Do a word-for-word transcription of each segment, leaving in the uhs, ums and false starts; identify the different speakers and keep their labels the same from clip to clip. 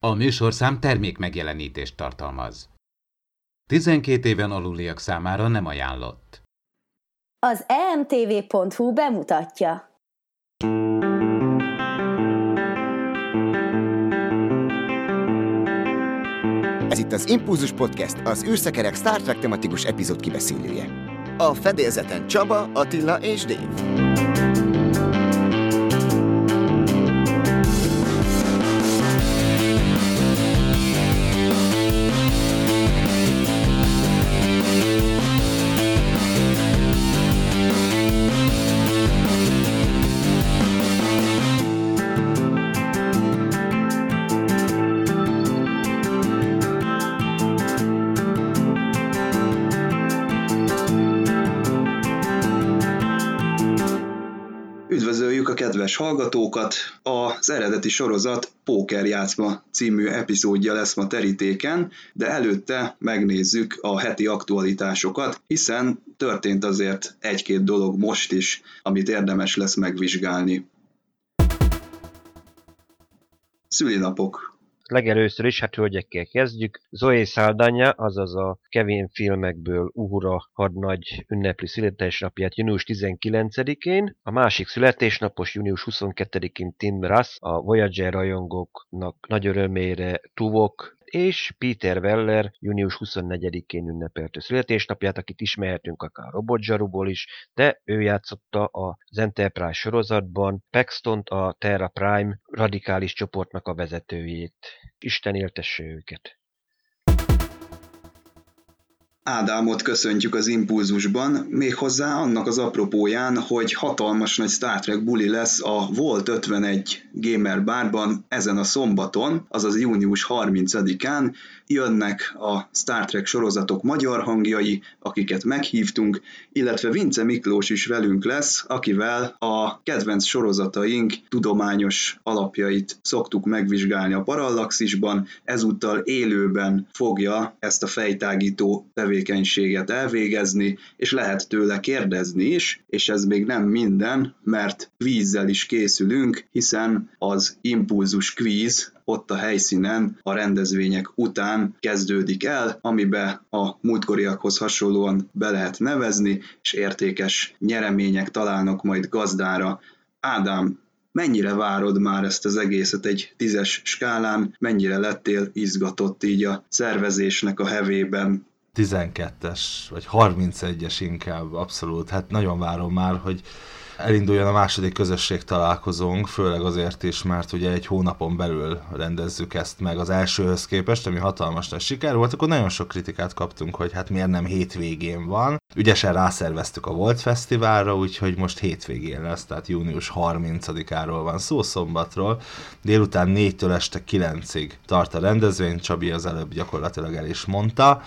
Speaker 1: A műsorszám termékmegjelenítést tartalmaz. tizenkét éven aluliak számára nem ajánlott.
Speaker 2: Az e em té vé pont hú bemutatja.
Speaker 3: Ez itt az Impulzus Podcast, az űrszekerek Star Trek tematikus epizód kibeszélője. A fedélzeten Csaba, Attila és Dave.
Speaker 4: Üdvözöljük a kedves hallgatókat! Az eredeti sorozat Pókerjátszma című epizódja lesz ma terítéken, de előtte megnézzük a heti aktualitásokat, hiszen történt azért egy-két dolog most is, amit érdemes lesz megvizsgálni. Szülinapok.
Speaker 5: Legelőször is, hát hölgyekkel kezdjük. Zoe Saldana, azaz a Kevin filmekből Uhura hadnagy ünnepli születésnapját június tizenkilencedikén. A másik születésnapos június huszonkettedikén Tim Russ, a Voyager rajongóknak nagy örömére Tuvok, és Peter Weller június huszonnegyedikén ünnepelte születésnapját, akit ismerhetünk akár Robot Zsaruból is, de ő játszotta az Enterprise sorozatban Paxtont, a Terra Prime radikális csoportnak a vezetőjét. Isten éltesse őket!
Speaker 4: Ádámot köszöntjük az Impulzusban, méghozzá annak az apropóján, hogy hatalmas nagy Star Trek buli lesz a Volt ötvenegy Gamer Barban ezen a szombaton, azaz június harmincadikán. Jönnek a Star Trek sorozatok magyar hangjai, akiket meghívtunk, illetve Vince Miklós is velünk lesz, akivel a kedvenc sorozataink tudományos alapjait szoktuk megvizsgálni a Parallaxisban, ezúttal élőben fogja ezt a fejtágító tevékenységet elvégezni, és lehet tőle kérdezni is, és ez még nem minden, mert kvízzel is készülünk, hiszen az Impulzus kvíz ott a helyszínen a rendezvények után kezdődik el, amibe a múltkoriakhoz hasonlóan be lehet nevezni, és értékes nyeremények találnak majd gazdára. Ádám, mennyire várod már ezt az egészet egy tízes skálán, mennyire lettél izgatott így a szervezésnek a hevében?
Speaker 6: tizenkettes, vagy harmincegyes inkább, abszolút. Hát nagyon várom már, hogy elinduljon a második közösség találkozónk, főleg azért is, mert ugye egy hónapon belül rendezzük ezt meg az elsőhöz képest, ami hatalmas nagy siker volt, akkor nagyon sok kritikát kaptunk, hogy hát miért nem hétvégén van. Ügyesen rászerveztük a Volt Fesztiválra, úgyhogy most hétvégén lesz, tehát június harmincadikáról van szó, szombatról. Délután négytől este kilencig tart a rendezvény, Csabi az előbb gyakorlatilag el is mondta,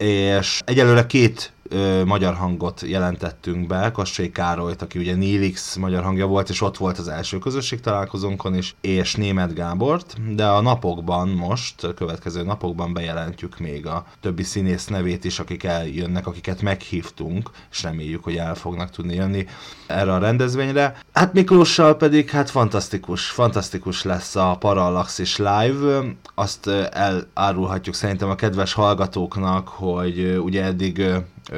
Speaker 6: és egyelőre két ö, magyar hangot jelentettünk be, Kassai Károlyt, aki ugye Nilix magyar hangja volt, és ott volt az első közösség találkozónkon is, és Németh Gábort, de a napokban most, a következő napokban bejelentjük még a többi színész nevét is, akik eljönnek, akiket meghívtunk, és reméljük, hogy el fognak tudni jönni erre a rendezvényre. Hát Miklóssal pedig hát fantasztikus, fantasztikus lesz a Parallaxis Live, azt elárulhatjuk szerintem a kedves hallgatóknak, hogy ugye eddig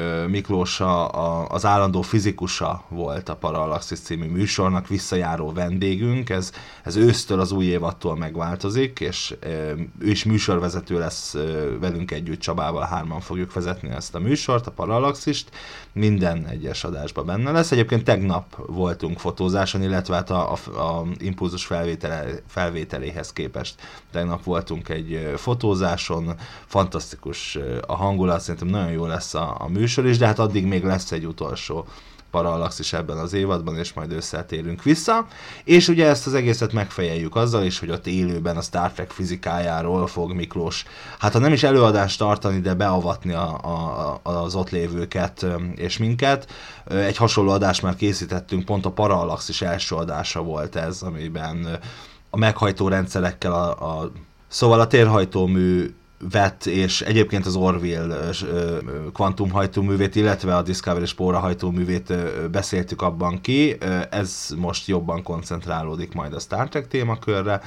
Speaker 6: Miklós a, a, az állandó fizikusa volt a Parallaxis című műsornak, visszajáró vendégünk, ez, ez ősztől az új évattól megváltozik, és ő is műsorvezető lesz velünk együtt, Csabával hárman fogjuk vezetni ezt a műsort, a Parallaxist, minden egyes adásban benne lesz. Egyébként tegnap voltunk fotózáson, illetve hát a, a, a Impulzus felvétele, felvételéhez képest tegnap voltunk egy fotózáson, fantasztikus a hangulat, szerintem nagyon jó lesz a, a műsor is, de hát addig még lesz egy utolsó Parallaxis ebben az évadban, és majd összetérünk vissza. És ugye ezt az egészet megfejeljük azzal is, hogy ott élőben a Star Trek fizikájáról fog Miklós, hát ha nem is előadást tartani, de beavatni a, a, az ott lévőket és minket. Egy hasonló adást már készítettünk, pont a Parallaxis első adása volt ez, amiben a meghajtó rendszerekkel a, a szóval a térhajtómű vett, és egyébként az Orville kvantumhajtóművét, illetve a Discovery Spóra hajtóművét beszéltük abban ki. Ez most jobban koncentrálódik majd a Star Trek témakörre,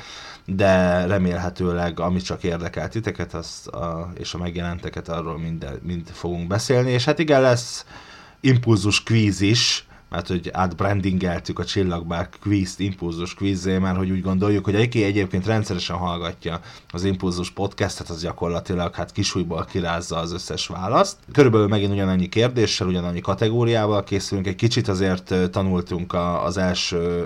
Speaker 6: de remélhetőleg, amit csak érdekel titeket, azt a, és a megjelenteket, arról mind, mind fogunk beszélni, és hát igen, lesz impulzus kvíz is, mert hogy átbrandingeltük a Csillagbár kvízt impulzus kvízzé, mert hogy úgy gondoljuk, hogy aki egyébként rendszeresen hallgatja az Impulzus podcastet, az gyakorlatilag hát kisújból kirázza az összes választ. Körülbelül megint ugyanannyi kérdéssel, ugyanannyi kategóriával készülünk, egy kicsit azért tanultunk a, az első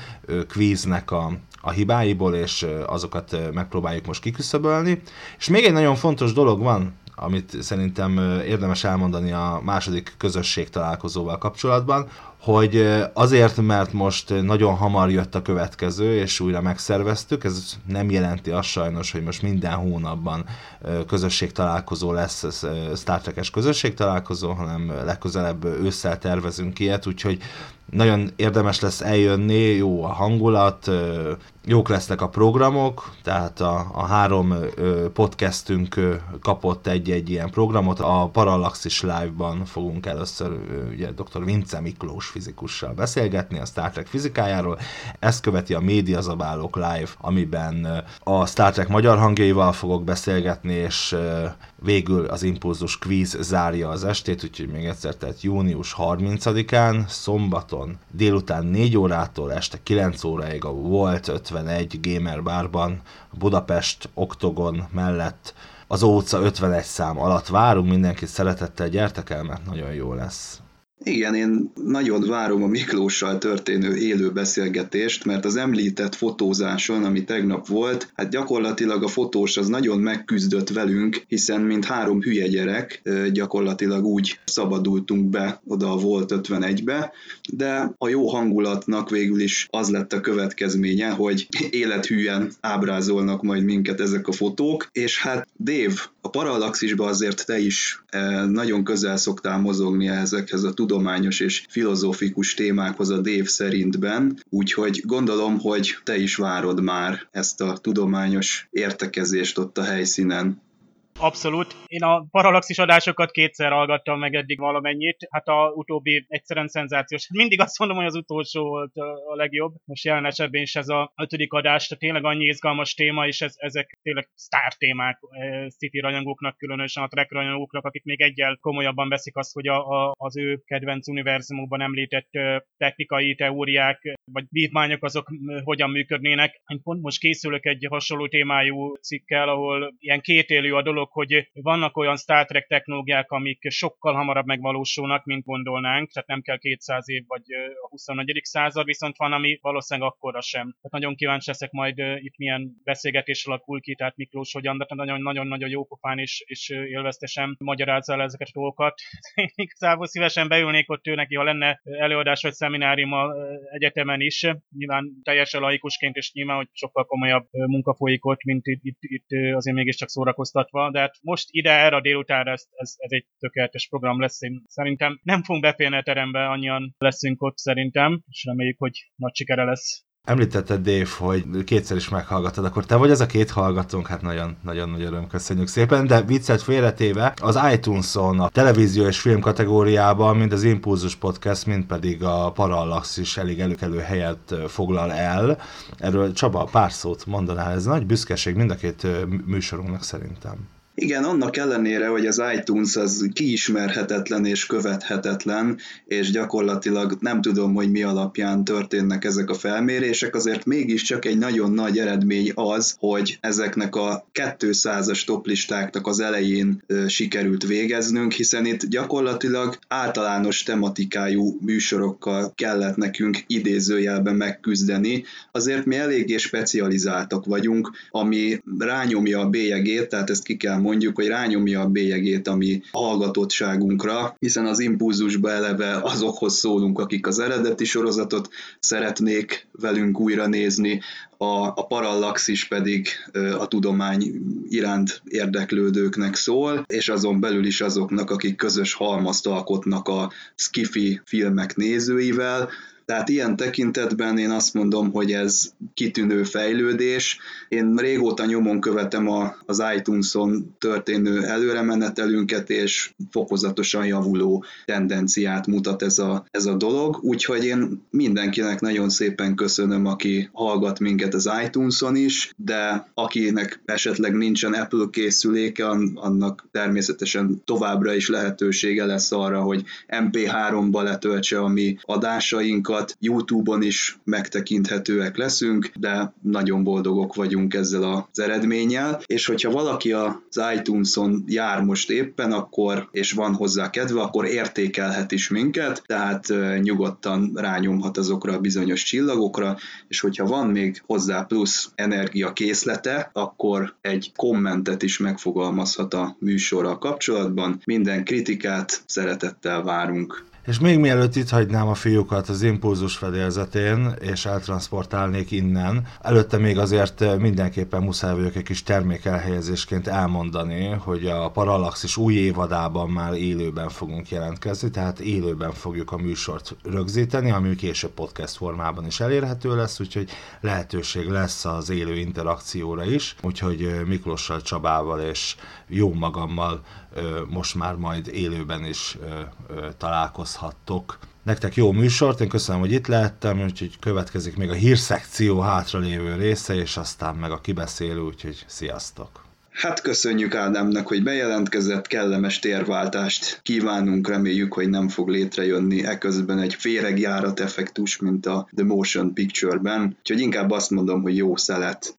Speaker 6: kvíznek a, a hibáiból, és azokat megpróbáljuk most kiküszöbölni. És még egy nagyon fontos dolog van, amit szerintem érdemes elmondani a második közösség találkozóval kapcsolatban, hogy azért, mert most nagyon hamar jött a következő, és újra megszerveztük, ez nem jelenti azt sajnos, hogy most minden hónapban közösségtalálkozó lesz, Star Trek-es közösségtalálkozó, hanem legközelebb ősszel tervezünk ilyet, úgyhogy nagyon érdemes lesz eljönni, jó a hangulat, jók lesznek a programok, tehát a, a három podcastünk kapott egy-egy ilyen programot, a Parallaxis Live-ban fogunk először ugye dr. Vince Miklós fizikussal beszélgetni a Star Trek fizikájáról, ezt követi a Médiazabálók Live, amiben a Star Trek magyar hangjaival fogok beszélgetni, és végül az Impulzus Quiz zárja az estét, úgyhogy még egyszer, tehát június harmincadikán, szombaton délután négy órától este kilenc óráig a Volt ötvenegy Gamer Barban, Budapest Oktogon mellett az Óca ötvenegy szám alatt várunk, mindenkit szeretettel, gyertek el, mert nagyon jó lesz.
Speaker 4: Igen, én nagyon várom a Miklóssal történő élő beszélgetést, mert az említett fotózáson, ami tegnap volt, hát gyakorlatilag a fotós az nagyon megküzdött velünk, hiszen mint három hülye gyerek gyakorlatilag úgy szabadultunk be oda a Volt ötvenegybe, de a jó hangulatnak végül is az lett a következménye, hogy élethűen ábrázolnak majd minket ezek a fotók, és hát Dave, a Parallaxisba azért te is nagyon közel szoktál mozogni ezekhez a tudományos és filozófikus témákhoz a Dave szerintben, úgyhogy gondolom, hogy te is várod már ezt a tudományos értekezést ott a helyszínen.
Speaker 7: Abszolút. Én a Parallaxis adásokat kétszer hallgattam meg eddig valamennyit. Hát a utóbbi egyszerűen szenzációs. Mindig azt mondom, hogy az utolsó volt a legjobb. Most jelen esetben is ez a ötödik adás, tehát tényleg annyi izgalmas téma, és ez, ezek tényleg sztár témák City rajongóknak, különösen a Trek rajongóknak, akik még egyel komolyabban veszik azt, hogy a, a, az ő kedvenc univerzumokban említett technikai teóriák, vagy vívmányok azok hogyan működnének. Én pont most készülök egy hasonló témájú cikkel, ahol ilyen kétélű a dolog, hogy vannak olyan Star Trek technológiák, amik sokkal hamarabb megvalósulnak, mint gondolnánk, tehát nem kell kétszáz év vagy a huszonegyedik század, viszont van, ami valószínűleg akkorra sem. Tehát nagyon kíváncsi leszek majd itt milyen beszélgetés alakul ki, tehát Miklós hogyan, de nagyon-nagyon jópofán és, és élveztesen magyarázza el ezeket a dolgokat. Én igazából szívesen beülnék ott ő neki, ha lenne előadás vagy szeminárium a egyetemen is, nyilván teljesen laikusként, és nyilván, hogy sokkal komolyabb munka folyik ott, mint itt, itt, itt azért mégiscsak szórakoztatva, de hát most ide, erre a délutánra ez, ez, ez egy tökéletes program lesz. Én szerintem nem fogunk beférni a terembe, annyian leszünk ott szerintem, és reméljük, hogy nagy sikere lesz.
Speaker 6: Említetted, Dave, hogy kétszer is meghallgattad, akkor te vagy az a két hallgatónk, hát nagyon, nagyon nagy öröm, köszönjük szépen, de viccet félretéve, az iTunes-on a televízió és film kategóriában mind az Impulzus Podcast, mind pedig a Parallaxis elég előkelő helyet foglal el. Erről Csaba, pár szót mondanál, ez nagy büszkeség mind a két műsorunknak szerintem.
Speaker 4: Igen, annak ellenére, hogy az iTunes az kiismerhetetlen és követhetetlen, és gyakorlatilag nem tudom, hogy mi alapján történnek ezek a felmérések, azért mégiscsak egy nagyon nagy eredmény az, hogy ezeknek a kétszázas toplistáknak az elején e, sikerült végeznünk, hiszen itt gyakorlatilag általános tematikájú műsorokkal kellett nekünk idézőjelben megküzdeni. Azért mi eléggé specializáltak vagyunk, ami rányomja a bélyegét, tehát ezt ki kell mondjuk, hogy rányomja a bélyegét a mi hallgatottságunkra, hiszen az Impulzusba eleve azokhoz szólunk, akik az eredeti sorozatot szeretnék velünk újra nézni, a, a Parallaxis pedig a tudomány iránt érdeklődőknek szól, és azon belül is azoknak, akik közös halmazt alkotnak a sci-fi filmek nézőivel. Tehát ilyen tekintetben én azt mondom, hogy ez kitűnő fejlődés. Én régóta nyomon követem a, az iTunes-on történő előremenetelünket, és fokozatosan javuló tendenciát mutat ez a, ez a dolog, úgyhogy én mindenkinek nagyon szépen köszönöm, aki hallgat minket az iTunes-on is, de akinek esetleg nincsen Apple készüléke, annak természetesen továbbra is lehetősége lesz arra, hogy em pé háromba letöltse a mi adásainkat, YouTube-on is megtekinthetőek leszünk, de nagyon boldogok vagyunk ezzel az eredménnyel, és hogyha valaki az iTunes-on jár most éppen, akkor, és van hozzá kedve, akkor értékelhet is minket, tehát nyugodtan rányomhat azokra a bizonyos csillagokra, és hogyha van még hozzá plusz energiakészlete, akkor egy kommentet is megfogalmazhat a műsorral kapcsolatban. Minden kritikát szeretettel várunk.
Speaker 6: És még mielőtt itt hagynám a fiúkat az Impulzus fedélzetén, és eltranszportálnék innen, előtte még azért mindenképpen muszáj vagyok egy kis termékelhelyezésként elmondani, hogy a Parallaxis új évadában már élőben fogunk jelentkezni, tehát élőben fogjuk a műsort rögzíteni, ami később podcast formában is elérhető lesz, úgyhogy lehetőség lesz az élő interakcióra is, úgyhogy Miklossal, Csabával és jó magammal most már majd élőben is találkozhattok. Nektek jó műsort, én köszönöm, hogy itt lehettem, úgyhogy következik még a hírszekció hátralévő része, és aztán meg a kibeszélő, úgyhogy sziasztok!
Speaker 4: Hát köszönjük Ádámnak, hogy bejelentkezett, kellemes térváltást kívánunk, reméljük, hogy nem fog létrejönni eközben egy féregjárat effektus, mint a The Motion Picture-ben, úgyhogy inkább azt mondom, hogy jó szelet!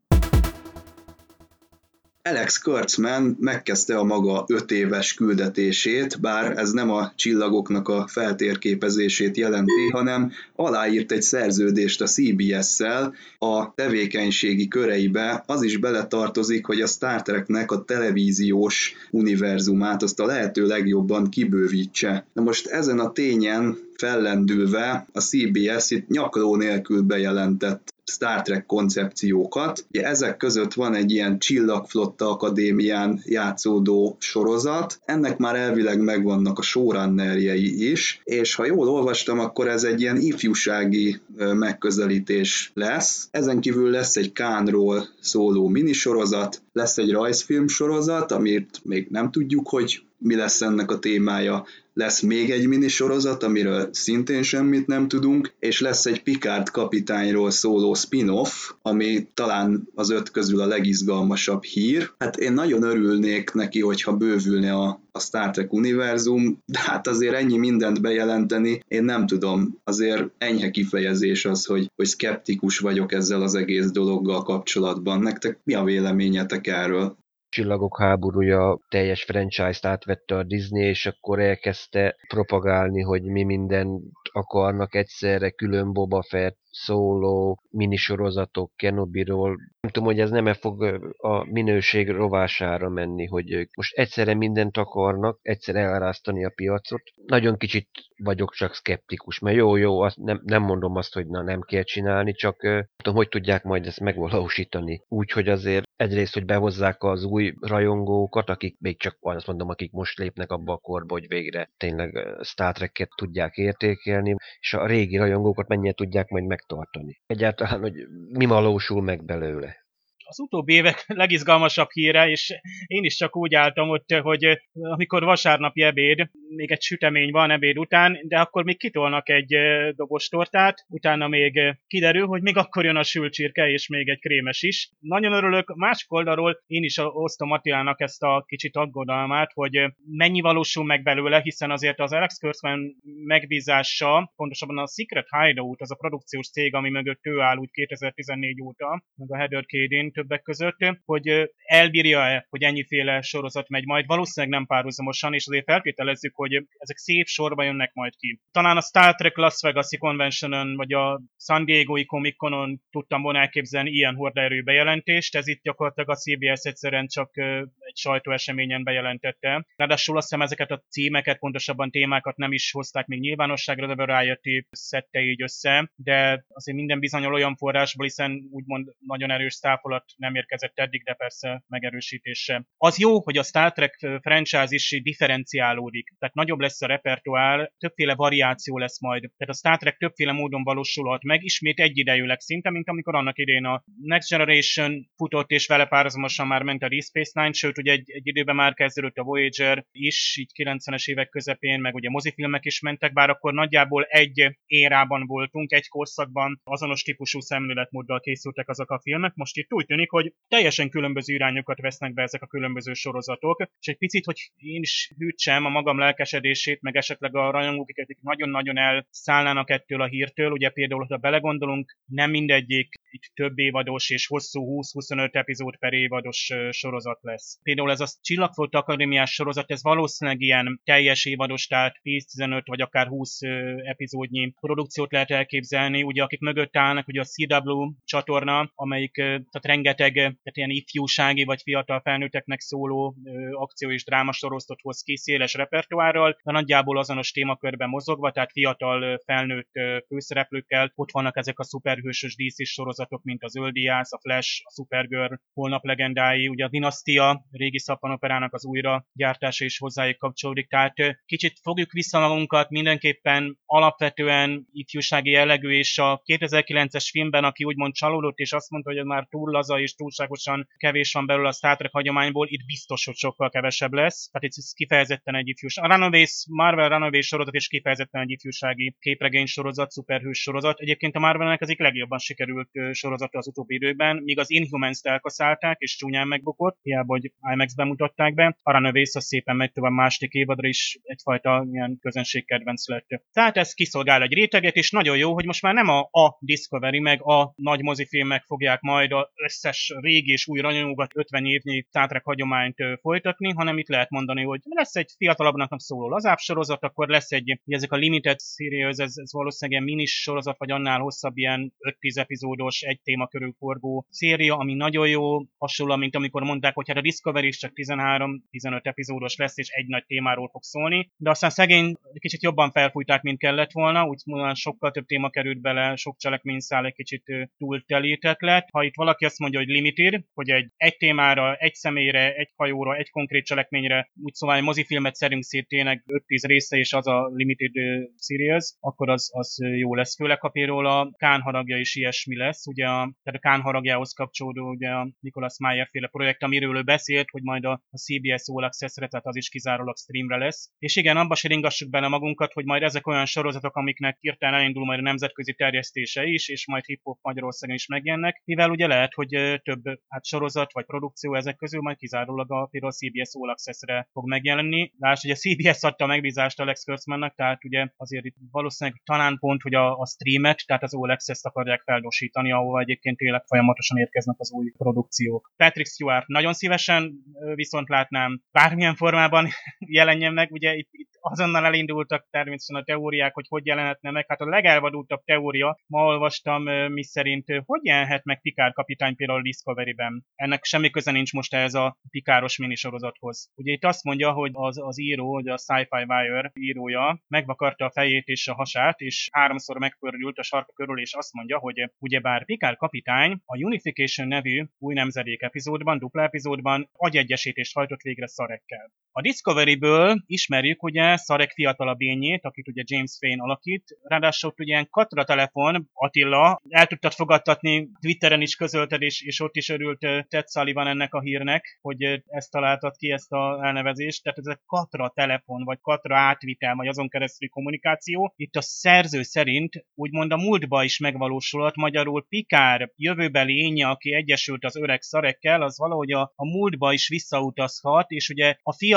Speaker 4: Alex Kurtzman megkezdte a maga öt éves küldetését, bár ez nem a csillagoknak a feltérképezését jelenti, hanem aláírt egy szerződést a cé bé es-szel a tevékenységi köreibe. Az is beletartozik, hogy a Star Treknek a televíziós univerzumát azt a lehető legjobban kibővítse. Na most ezen a tényen fellendülve a cé bé es itt nyakló nélkül bejelentett Star Trek koncepciókat. Ugye ezek között van egy ilyen Csillagflotta Akadémián játszódó sorozat, ennek már elvileg megvannak a showrunnerjei is, és ha jól olvastam, akkor ez egy ilyen ifjúsági megközelítés lesz. Ezen kívül lesz egy Kánról szóló minisorozat, lesz egy rajzfilm sorozat, amit még nem tudjuk, hogy mi lesz ennek a témája, lesz még egy minisorozat, amiről szintén semmit nem tudunk, és lesz egy Picard kapitányról szóló spin-off, ami talán az öt közül a legizgalmasabb hír. Hát én nagyon örülnék neki, hogyha bővülne a, a Star Trek univerzum, de hát azért ennyi mindent bejelenteni, én nem tudom, azért enyhe kifejezés az, hogy, hogy szkeptikus vagyok ezzel az egész dologgal kapcsolatban. Nektek mi a véleményetek erről?
Speaker 5: Csillagok háborúja teljes franchise-t átvette a Disney, és akkor elkezdte propagálni, hogy mi mindent akarnak egyszerre, külön Boba Fett, Solo, minisorozatok, Kenobiról. Nem tudom, hogy ez nem fog a minőség rovására menni, hogy ők most egyszerre mindent akarnak, egyszer elráztani a piacot. Nagyon kicsit vagyok csak szkeptikus, mert jó, jó, azt nem, nem mondom azt, hogy na, nem kell csinálni, csak nem tudom, hogy tudják majd ezt megvalósítani. Úgyhogy azért egyrészt, hogy behozzák az új rajongókat, akik még csak, azt mondom, akik most lépnek abba a korba, hogy végre tényleg Star Trek-et tudják értékelni, és a régi rajongókat mennyire tudják majd megtartani. Egyáltalán, hogy mi valósul meg belőle.
Speaker 7: Az utóbbi évek legizgalmasabb híre, és én is csak úgy álltam ott, hogy amikor vasárnapi ebéd, még egy sütemény van ebéd után, de akkor még kitolnak egy dobos tortát, utána még kiderül, hogy még akkor jön a sült csirke, és még egy krémes is. Nagyon örülök, másik oldalról én is osztom Attilának ezt a kicsit aggodalmát, hogy mennyi valósul meg belőle, hiszen azért az Alex Kurtzman megbízása, pontosabban a Secret Hideout, az a produkciós cég, ami mögött ő áll úgy kétezer-tizennégy óta, meg a Heather Caden többek között, hogy elbírja-e, hogy ennyiféle sorozat megy majd, valószínűleg nem párhuzamosan, és azért feltételezzük, hogy ezek szép sorba jönnek majd ki. Talán a Star Trek Las Vegas-i Convention-ön, vagy a San Diego-i Comic-Conon tudtam volna elképzelni ilyen hordaerő bejelentést, ez itt gyakorlatilag a cé bé es egyszerűen csak egy egy sajtóeseményen bejelentette. Ráadásul azt hiszem ezeket a címeket, pontosabban témákat nem is hozták még nyilvánosságra, de Variety szedte így össze, de azért minden bizonyal olyan forrásból, hiszen úgymond nagyon erős sztáfolat nem érkezett eddig, de persze megerősítése. Az jó, hogy a Star Trek franchise is differenciálódik, tehát nagyobb lesz a repertoár, többféle variáció lesz majd. Tehát a Star Trek többféle módon valósulhat meg, ismét egyidejűleg szinte, mint amikor annak idején a Next Generation futott, és vele párhuzamosan már ment a Deep Space Nine, sőt, ugye egy, egy időben már kezdődött a Voyager is, így kilencvenes évek közepén, meg ugye mozifilmek is mentek, bár akkor nagyjából egy érában voltunk, egy korszakban azonos típusú szemléletmóddal készültek azok a filmek. Most itt úgy tűnik, hogy teljesen különböző irányokat vesznek be ezek a különböző sorozatok, és egy picit, hogy én is hűtsem a magam lelkesedését, meg esetleg a rajongók, akik nagyon-nagyon elszállnának ettől a hírtől, ugye például, ha belegondolunk, nem mindegyik itt több évados és hosszú húsz-huszonöt epizód per évados sorozat lesz. Például ez a Csillagflóta Akadémiás sorozat, ez valószínűleg ilyen teljes évados, tehát tíz-tizenöt vagy akár húsz epizódnyi produkciót lehet elképzelni. Ugye akik mögött állnak, ugye a cé dupla vé csatorna, amelyik tehát rengeteg tehát ilyen ifjúsági vagy fiatal felnőtteknek szóló akció és drámasorozatot hoz ki széles repertoárral, de nagyjából azonos témakörben mozogva, tehát fiatal felnőtt főszereplőkkel. Ott vannak ezek a szuperhősös dé cé sorozatok, mint az Zölddiász, a Flash, a Supergirl, Holnap legendái, ugye a Dinasztia, régi szappanoperának az újra gyártása is hozzájuk kapcsolódik, tehát kicsit fogjuk vissza magunkat, mindenképpen alapvetően ifjúsági jellegű, és a kétezer-kilences filmben, aki úgymond csalódott, és azt mondta, hogy ez már túl laza és túlságosan kevés van belőle a Star Trek hagyományból, itt biztos, hogy sokkal kevesebb lesz, tehát itt kifejezetten egy ifjúság. A Runaways, Marvel Runaways sorozat is kifejezetten egy ifjúsági képregény sorozat, szuperhős sorozat. Egyébként a Marvelnek az egyik legjobban sikerült sorozata az utóbbi időben, míg az Inhumans-t elkaszálták, és csúnyán megbukott, hiába, hogy IMAX-ben mutatták be. A Runaways az szépen megy tovább második évadra is, egyfajta ilyen közönségkedvenc lett. Tehát ez kiszolgál egy réteget, és nagyon jó, hogy most már nem a, a Discovery, meg a nagy mozifilmek fogják majd az összes régi és új rajongókat ötven évnyi Star Trek hagyományt folytatni, hanem itt lehet mondani, hogy lesz egy fiatalabbnak szóló lazább sorozat, akkor lesz egy, ezek a limited series, ez, ez valószínűleg ilyen minis sorozat, vagy annál hosszabb ilyen öt-tíz epizódos, egy téma körül forgó széria, ami nagyon jó, hasonló, mint amikor mondták, hogy hát a Discovery is csak tizenhárom-tizenöt epizódos lesz, és egy nagy témáról fog szólni, de aztán szegény kicsit jobban felfújták, mint kellett volna, úgy mondani, sokkal több téma került bele, sok cselekményszál egy kicsit túltelített lett. Ha itt valaki azt mondja, hogy limited, hogy egy, egy témára, egy személyre, egy hajóra, egy konkrét cselekményre, úgy szóval egy mozifilmet szerünk szét tényleg öt-tíz része, és az a limited series, akkor az, az jó lesz. Főleg, ha például a Kán haragja is ilyesmi lesz, ugye a, tehát a Kán haragjához kapcsolódó ugye a Nicholas Meyer féle projekt, amiről ő beszélt, hogy majd a, a cé bé es All Access-re, tehát az is kizárólag streamre lesz. És igen, abba se ringassuk bele magunkat, hogy majd ezek olyan sorozatok, amiknek hirtelen elindul majd a nemzetközi terjesztése is, és majd hip-hop Magyarországon is megjelennek, mivel ugye lehet, hogy több hát sorozat vagy produkció ezek közül majd kizárólag a például a cé bé es All Access-re fog megjelenni. Lásd, hogy a cé bé es adta a megbízást Alex Kurtzmannak, tehát ugye azért itt valószínűleg talán pont, hogy a, a streamet, tehát az All Access-t akarják feldosítani, ahova egyébként tényleg folyamatosan érkeznek az új produkciók. Patrick Stewart nagyon szívesen viszont látnám bármilyen formában jelenjen meg, ugye itt, itt azonnal elindultak természetesen a teóriák, hogy hogy jelenhetne meg. Hát a legelvadultabb teória, ma olvastam, mi szerint hogy jelenhet meg Picard kapitány például a Discovery-ben. Ennek semmi köze nincs most ez a Picard-os minisorozathoz. Ugye itt azt mondja, hogy az, az író, hogy a Sci-Fi Wire írója megvakarta a fejét és a hasát, és háromszor megpördült a sarka körül, és azt mondja, hogy ugyebár Picard kapitány a Unification nevű új nemzedék epizódban, dupla epizódban agyegyesítést hajtott végre Szarekkel. A Discovery-ből ismerjük ugye Szarek fiatalabb énjét, akit ugye James Fane alakít, ráadásul ott ugye ilyen Katra telefon, Attila, el tudtad fogadtatni, Twitteren is közölted, és, és ott is örült Ted Sullivan ennek a hírnek, hogy ezt találtad ki, ezt a elnevezést, tehát ez a Katra telefon, vagy Katra átvitel, vagy azon keresztüli kommunikáció. Itt a szerző szerint úgymond a múltba is megvalósulhat, magyarul Picard jövőbeli énje, aki egyesült az öreg Szarekkel, az valahogy a, a múltba is visszautazhat, és ugye a fiatal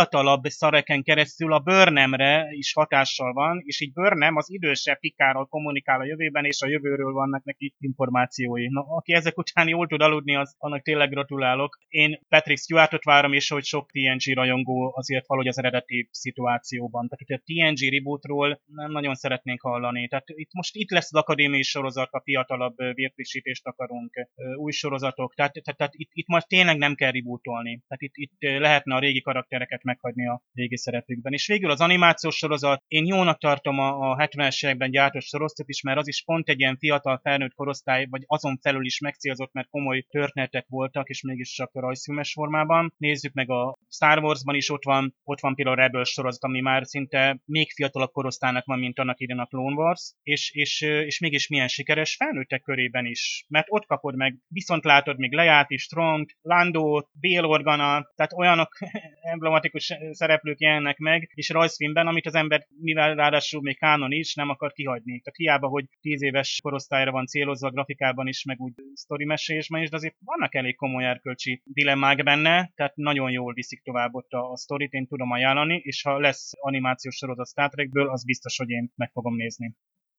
Speaker 7: fiatalabb Sareken keresztül a Burnhamre is hatással van, és így Burnham az idősebb Picardral kommunikál a jövőben, és a jövőről vannak neki információi. Na, aki ezek után jól tud aludni, az annak tényleg gratulálok. Én Patrick Stewartot várom, és hogy sok té en gé rajongó azért valahogy az eredeti szituációban. Tehát, hogy a té en gé rebootról nem nagyon szeretnénk hallani. Tehát itt most itt lesz az akadémiai sorozat, a fiatalabb vérfrissítést akarunk, új sorozatok. Tehát, tehát, tehát itt, itt most tényleg nem kell rebootolni. Tehát itt, itt lehetne a régi karaktereket meghagyni a régi szerepükben. És végül az animációs sorozat, én jónak tartom a, a hetvenes években gyártott sorozatot is, mert az is pont egy ilyen fiatal felnőtt korosztály, vagy azon felül is megcélzott, mert komoly történetek voltak, és mégis csak a rajzfilmes formában. Nézzük meg a Star Warsban is ott van, ott van például a Rebels sorozat, ami már szinte még fiatalabb korosztálynak van, mint annak idén a Clone Wars, és, és, és mégis milyen sikeres felnőttek körében is. Mert ott kapod meg, viszont látod még Leát is, Strong, Lando, Bail Organa, tehát olyanok emblematikus szereplők jelennek meg, és rajzfilmben, amit az ember, mivel ráadásul még kánon is, nem akar kihagyni. Tehát hiába, hogy tíz éves korosztályra van célozva a grafikában is, meg úgy sztori mesélésben is, de azért vannak elég komoly erkölcsi dilemmák benne, tehát nagyon jól viszik tovább ott a, a sztorit, én tudom ajánlani, és ha lesz animációs sorozat Star Trekből, az biztos, hogy én meg fogom nézni.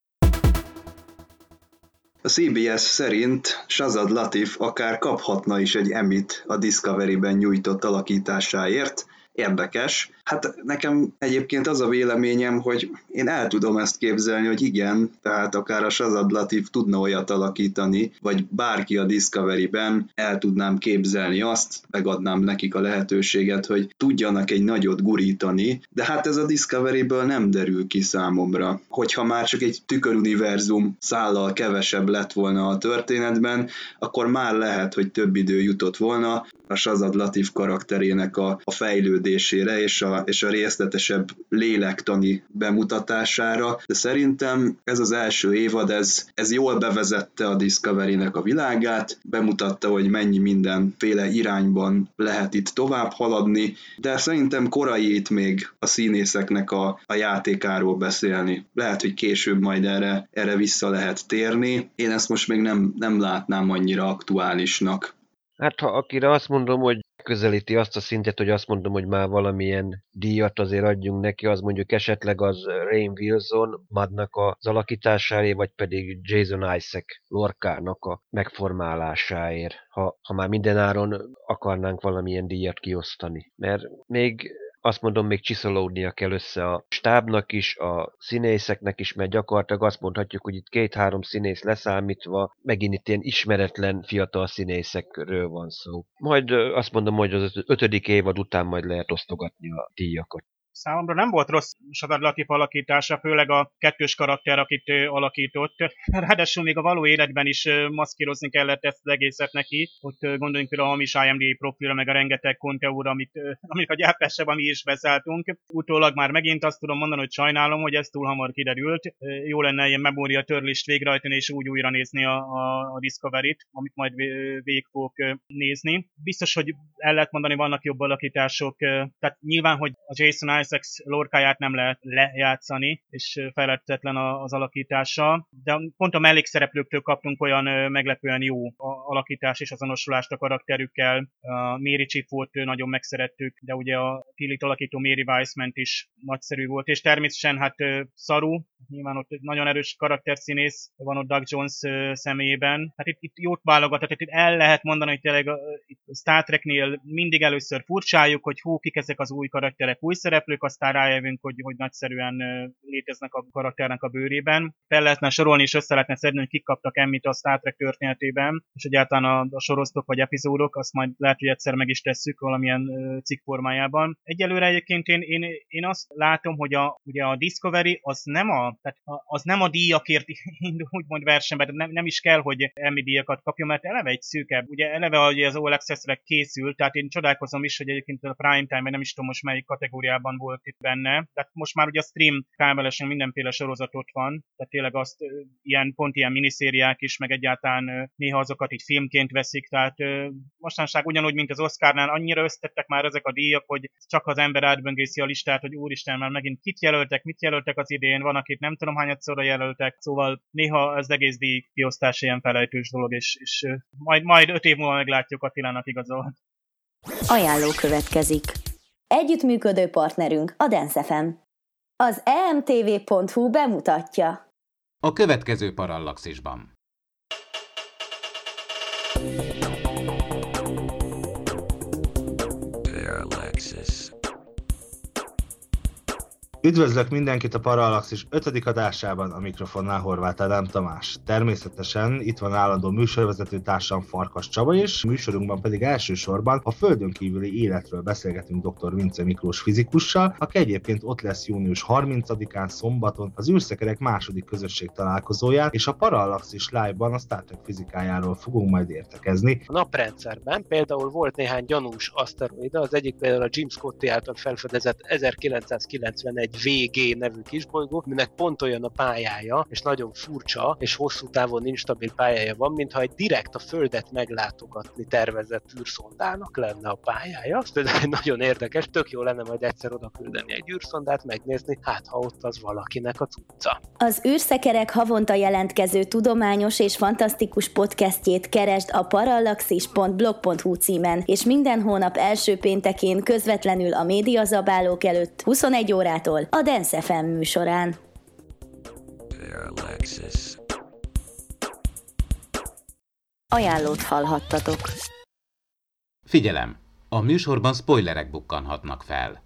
Speaker 4: A cé bé es szerint Shazad Latif akár kaphatna is egy Emmyt a Discovery-ben nyújtott alakításáért. Érdekes. Hát nekem egyébként az a véleményem, hogy én el tudom ezt képzelni, hogy igen, tehát akár a Shazad Latif tudna olyat alakítani, vagy bárki a Discovery-ben el tudnám képzelni azt, megadnám nekik a lehetőséget, hogy tudjanak egy nagyot gurítani, de hát ez a Discovery-ből nem derül ki számomra. Hogyha már csak egy tüköruniverzum szállal kevesebb lett volna a történetben, akkor már lehet, hogy több idő jutott volna a Shazad Latif karakterének a, a fejlődésére és a, és a részletesebb lélektani bemutatására, de szerintem ez az első évad, ez, ez jól bevezette a Discovery-nek a világát, bemutatta, hogy mennyi mindenféle irányban lehet itt tovább haladni, de szerintem korai itt még a színészeknek a, a játékáról beszélni. Lehet, hogy később majd erre, erre vissza lehet térni. Én ezt most még nem, nem látnám annyira aktuálisnak.
Speaker 5: Hát ha akire azt mondom, hogy közelíti azt a szintet, hogy azt mondom, hogy már valamilyen díjat azért adjunk neki, az mondjuk esetleg az Rainn Wilson Madnak az alakításáért, vagy pedig Jason Isaac Lorkának a megformálásáért, ha, ha már mindenáron akarnánk valamilyen díjat kiosztani. Mert még azt mondom, még csiszolódnia kell össze a stábnak is, a színészeknek is, mert gyakorlatilag azt mondhatjuk, hogy itt két-három színész leszámítva, megint itt ilyen ismeretlen fiatal színészekről van szó. Majd azt mondom, hogy az ötödik évad után majd lehet osztogatni a díjakat.
Speaker 7: Számomra nem volt rossz Shazad Latif alakítása, főleg a kettős karakter, akit ő alakított. Ráadásul még a való életben is maszkírozni kellett ezt az egészet neki. Ott gondoljunk például a hamis i em dé profilra, meg a rengeteg konteóra, amit, amit a gyártásában mi is beszálltunk. Utólag már megint azt tudom mondani, hogy sajnálom, hogy ez túl hamar kiderült. Jó lenne ilyen memória törlést végrehajtani és úgy újra nézni a, a, a Discovery-t, amit majd végig fogok nézni. Biztos, hogy el lehet mondani, vannak jobb alakítások. Tehát nyilván, hogy a Jason Isaacs Lorkáját nem lehet lejátszani, és fejlettetlen az alakítása, de pont a mellékszereplőktől kaptunk olyan meglepően jó alakítás és azonosulást a karakterükkel. A Mary Chieffot nagyon megszerettük, de ugye a Tillit alakító Mary Weissman is nagyszerű volt, és természetesen hát Saru, nyilván ott nagyon erős karakterszínész van ott Doug Jones személyében. Hát itt, itt jót válogat, tehát itt el lehet mondani, hogy tényleg itt Star Treknél mindig először furcsáljuk, hogy hú, kik ezek az új karakterek, új szereplők, aztán rájövünk, hogy, hogy nagyszerűen léteznek a karakternek a bőrében. Fel lehetne sorolni és össze lehetne szedni, hogy kik kaptak Emmyt a Star Trek történetében, és egyáltalán a, a sorozatok vagy epizódok, azt majd lehet, hogy egyszer meg is tesszük valamilyen cikk formájában. Egyelőre egyébként én, én, én azt látom, hogy a, ugye a Discovery az nem a, tehát az nem a díjakért indul úgymond versenyben, de nem, nem is kell, hogy Emmy díjakat kapjon, mert eleve egy szűkebb. Ugye eleve hogy az All Access-re készült, tehát én csodálkozom is, hogy egyébként a Prime Time-ben nem is tudom most melyik kategóriában volt itt benne. Tehát most már ugye a stream kábelesen mindenféle sorozat ott van, tehát tényleg azt ilyen, pont ilyen miniszériák is, meg egyáltalán néha azokat így filmként veszik, tehát mostanság ugyanúgy, mint az Oscarnál, annyira összetettek már ezek a díjak, hogy csak az ember átböngészi a listát, hogy úristen, már megint kit jelöltek, mit jelöltek az idén, van, akit nem tudom hányadszorra jelöltek, szóval néha az egész díj kiosztás ilyen felejtős dolog, és, és majd, majd öt év múlva meglátjuk, Attilának igazolt.
Speaker 2: Ajánló következik. Együttműködő partnerünk a Dance ef em. Az e em té vé pont hú bemutatja.
Speaker 1: A következő Parallaxisban.
Speaker 6: Üdvözlök mindenkit a Parallaxis ötödik adásában, a mikrofonnál Horváth Ádám Tamás. Természetesen itt van állandó műsorvezető társam Farkas Csaba is, műsorunkban pedig elsősorban a földön kívüli életről beszélgetünk dr. Vince Miklós fizikussal, aki egyébként ott lesz június harmincadikán szombaton az űrszekerek második közösség találkozóján, és a Parallaxis Live-ban a Star Trek fizikájáról fogunk majd értekezni.
Speaker 8: A naprendszerben például volt néhány gyanús aszteroida, az egyik például a Jim Scotty által felfedezett ezerkilencszázkilencvenegy vé gé nevű kisbolygó, aminek pont olyan a pályája, és nagyon furcsa, és hosszú távon instabil pályája van, mintha egy direkt a Földet meglátogatni tervezett űrszondának lenne a pályája. Ez például nagyon érdekes, tök jó lenne majd egyszer oda küldeni egy űrszondát, megnézni, hát ha ott az valakinek a cucca.
Speaker 2: Az űrszekerek havonta jelentkező tudományos és fantasztikus podcastjét keresd a parallaxis pont blog pont hú címen, és minden hónap első péntekén közvetlenül a médiazabálók előtt huszonegy órától a Dance ef em műsorán. Ajánlót hallhattatok.
Speaker 1: Figyelem! A műsorban spoilerek bukkanhatnak fel.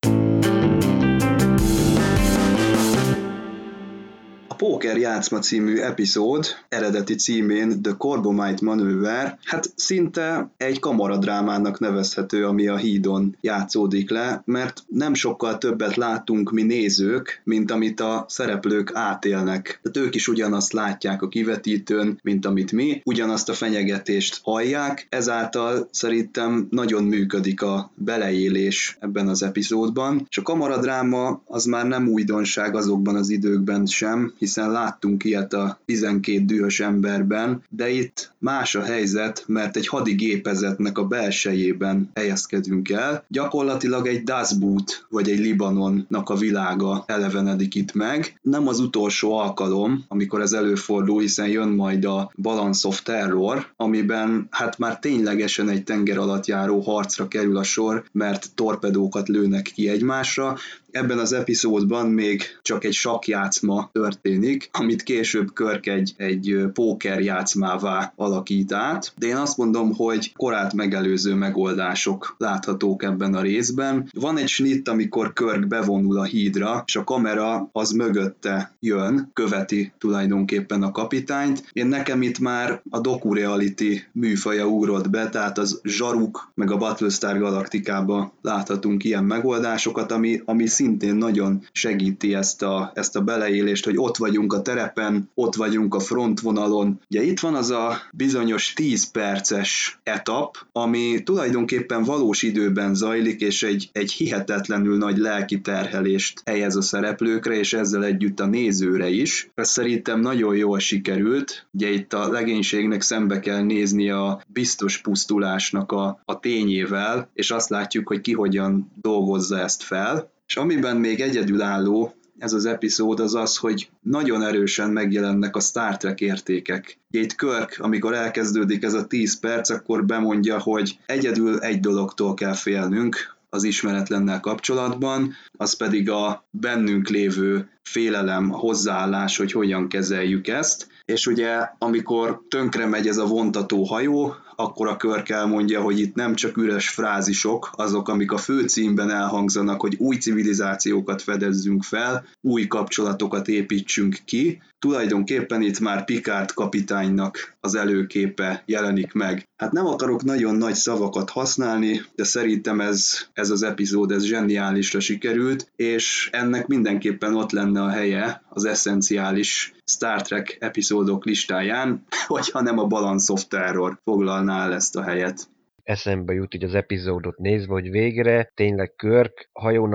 Speaker 4: A Póker játszma című epizód eredeti címén The Corbomite Maneuver, hát szinte egy kamaradrámának nevezhető, ami a hídon játszódik le, mert nem sokkal többet látunk mi nézők, mint amit a szereplők átélnek. Tehát ők is ugyanazt látják a kivetítőn, mint amit mi, ugyanazt a fenyegetést hallják, ezáltal szerintem nagyon működik a beleélés ebben az epizódban, és a kamaradráma az már nem újdonság azokban az időkben sem, hiszen láttunk ilyet a tizenkét dühös emberben, de itt más a helyzet, mert egy hadigépezetnek a belsejében helyezkedünk el. Gyakorlatilag egy Das Boot vagy egy Libanonnak a világa elevenedik itt meg. Nem az utolsó alkalom, amikor ez előfordul, hiszen jön majd a Balance of Terror, amiben hát már ténylegesen egy tenger alatt járó harcra kerül a sor, mert torpedókat lőnek ki egymásra. Ebben az epizódban még csak egy sakkjátszma történik, amit később Kirk egy, egy póker játszmává alakít át, de én azt mondom, hogy korát megelőző megoldások láthatók ebben a részben. Van egy snitt, amikor Kirk bevonul a hídra, és a kamera az mögötte jön, követi tulajdonképpen a kapitányt. Én nekem itt már a doku-reality műfaja ugrott be, tehát az Zsaruk meg a Battlestar Galactikába láthatunk ilyen megoldásokat, ami, ami szintén nagyon segíti ezt a, ezt a beleélést, hogy ott vagyunk a terepen, ott vagyunk a frontvonalon. Ugye itt van az a bizonyos tíz perces etap, ami tulajdonképpen valós időben zajlik, és egy, egy hihetetlenül nagy lelki terhelést helyez a szereplőkre, és ezzel együtt a nézőre is. Ez szerintem nagyon jól sikerült. Ugye itt a legénységnek szembe kell nézni a biztos pusztulásnak a, a tényével, és azt látjuk, hogy ki hogyan dolgozza ezt fel. És amiben még egyedülálló ez az epizód az az, hogy nagyon erősen megjelennek a Star Trek értékek. Itt Kirk, amikor elkezdődik ez a tíz perc, akkor bemondja, hogy egyedül egy dologtól kell félnünk az ismeretlennel kapcsolatban, az pedig a bennünk lévő félelem, hozzáállás, hogy hogyan kezeljük ezt. És ugye, amikor tönkre megy ez a vontató hajó, akkor a Kirk elmondja, hogy itt nem csak üres frázisok, azok, amik a főcímben elhangzanak, hogy új civilizációkat fedezzünk fel, új kapcsolatokat építsünk ki. Tulajdonképpen itt már Picard kapitánynak az előképe jelenik meg. Hát nem akarok nagyon nagy szavakat használni, de szerintem ez, ez az epizód, ez zseniálisra sikerült, és ennek mindenképpen ott lenne a helye az eszenciális Star Trek epizódok listáján, hogyha nem a Balance of Terror foglalná el ezt a helyet.
Speaker 5: Eszembe jut így az epizódot nézve, hogy végre tényleg Kirk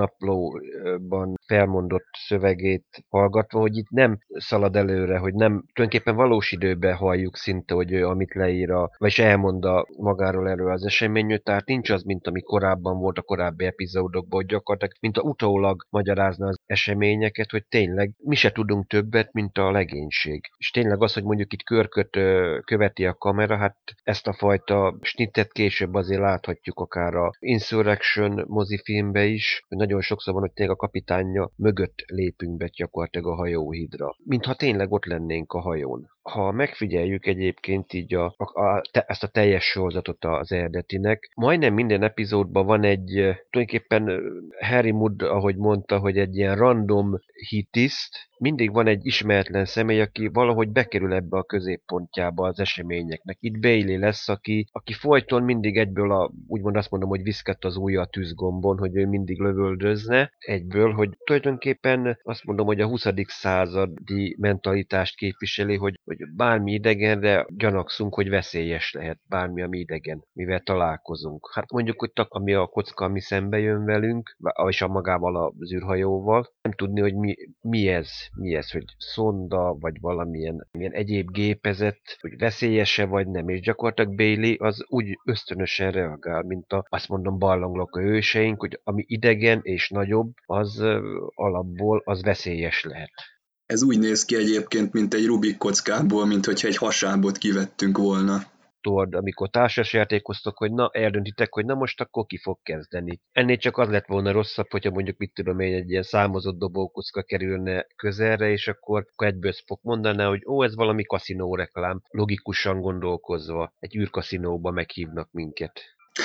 Speaker 5: hajónaplóban felmondott szövegét hallgatva, hogy itt nem szalad előre, hogy nem tulajdonképpen valós időben halljuk szinte, hogy ő amit leír, a, vagyis elmond a magáról erről az eseményről, tehát nincs az, mint ami korábban volt a korábbi epizódokban, hogy gyakorlatilag, mint a utólag magyarázna az eseményeket, hogy tényleg mi se tudunk többet, mint a legénység. És tényleg az, hogy mondjuk itt Kirköt követi a kamera, hát ezt a fajta snittet később később azért láthatjuk akár a Insurrection mozifilmbe is, hogy nagyon sokszor van, hogy tényleg a kapitánya mögött lépünk be gyakorlatilag a hajóhídra. Mintha tényleg ott lennénk a hajón. Ha megfigyeljük egyébként így a, a, a, te, ezt a teljes sorozatot az eredetinek, majdnem minden epizódban van egy, tulajdonképpen Harry Mudd, ahogy mondta, hogy egy ilyen random hitiszt, mindig van egy ismeretlen személy, aki valahogy bekerül ebbe a középpontjába az eseményeknek. Itt Bailey lesz, aki, aki folyton mindig egyből, a, úgymond azt mondom, hogy viszkett az ujja a tűzgombon, hogy ő mindig lövöldözne egyből, hogy tulajdonképpen azt mondom, hogy a huszadik századi mentalitást képviseli, hogy, hogy bármi idegenre gyanakszunk, hogy veszélyes lehet bármi, ami idegen, mivel találkozunk. Hát mondjuk, hogy ami a kocka, ami szembe jön velünk, és a magával az űrhajóval, nem tudni, hogy mi, mi ez, mi ez, hogy szonda, vagy valamilyen milyen egyéb gépezet, hogy veszélyese vagy nem, és gyakorlatilag Bailey az úgy ösztönösen reagál, mint a, azt mondom, barlanglók a hőseink, hogy ami idegen és nagyobb, az alapból az veszélyes lehet.
Speaker 4: Ez úgy néz ki egyébként, mint egy Rubik kockából, mint hogyha egy hasábot kivettünk volna.
Speaker 5: Tudod, amikor társasjátékoztok, hogy na, eldöntitek, hogy na most akkor ki fog kezdeni. Ennél csak az lett volna rosszabb, hogyha mondjuk mit tudom én, egy ilyen számozott dobókocka kerülne közelre, és akkor, akkor egyből Spock mondaná, hogy ó, ez valami kaszinó reklám, logikusan gondolkozva, egy űrkaszinóba meghívnak minket.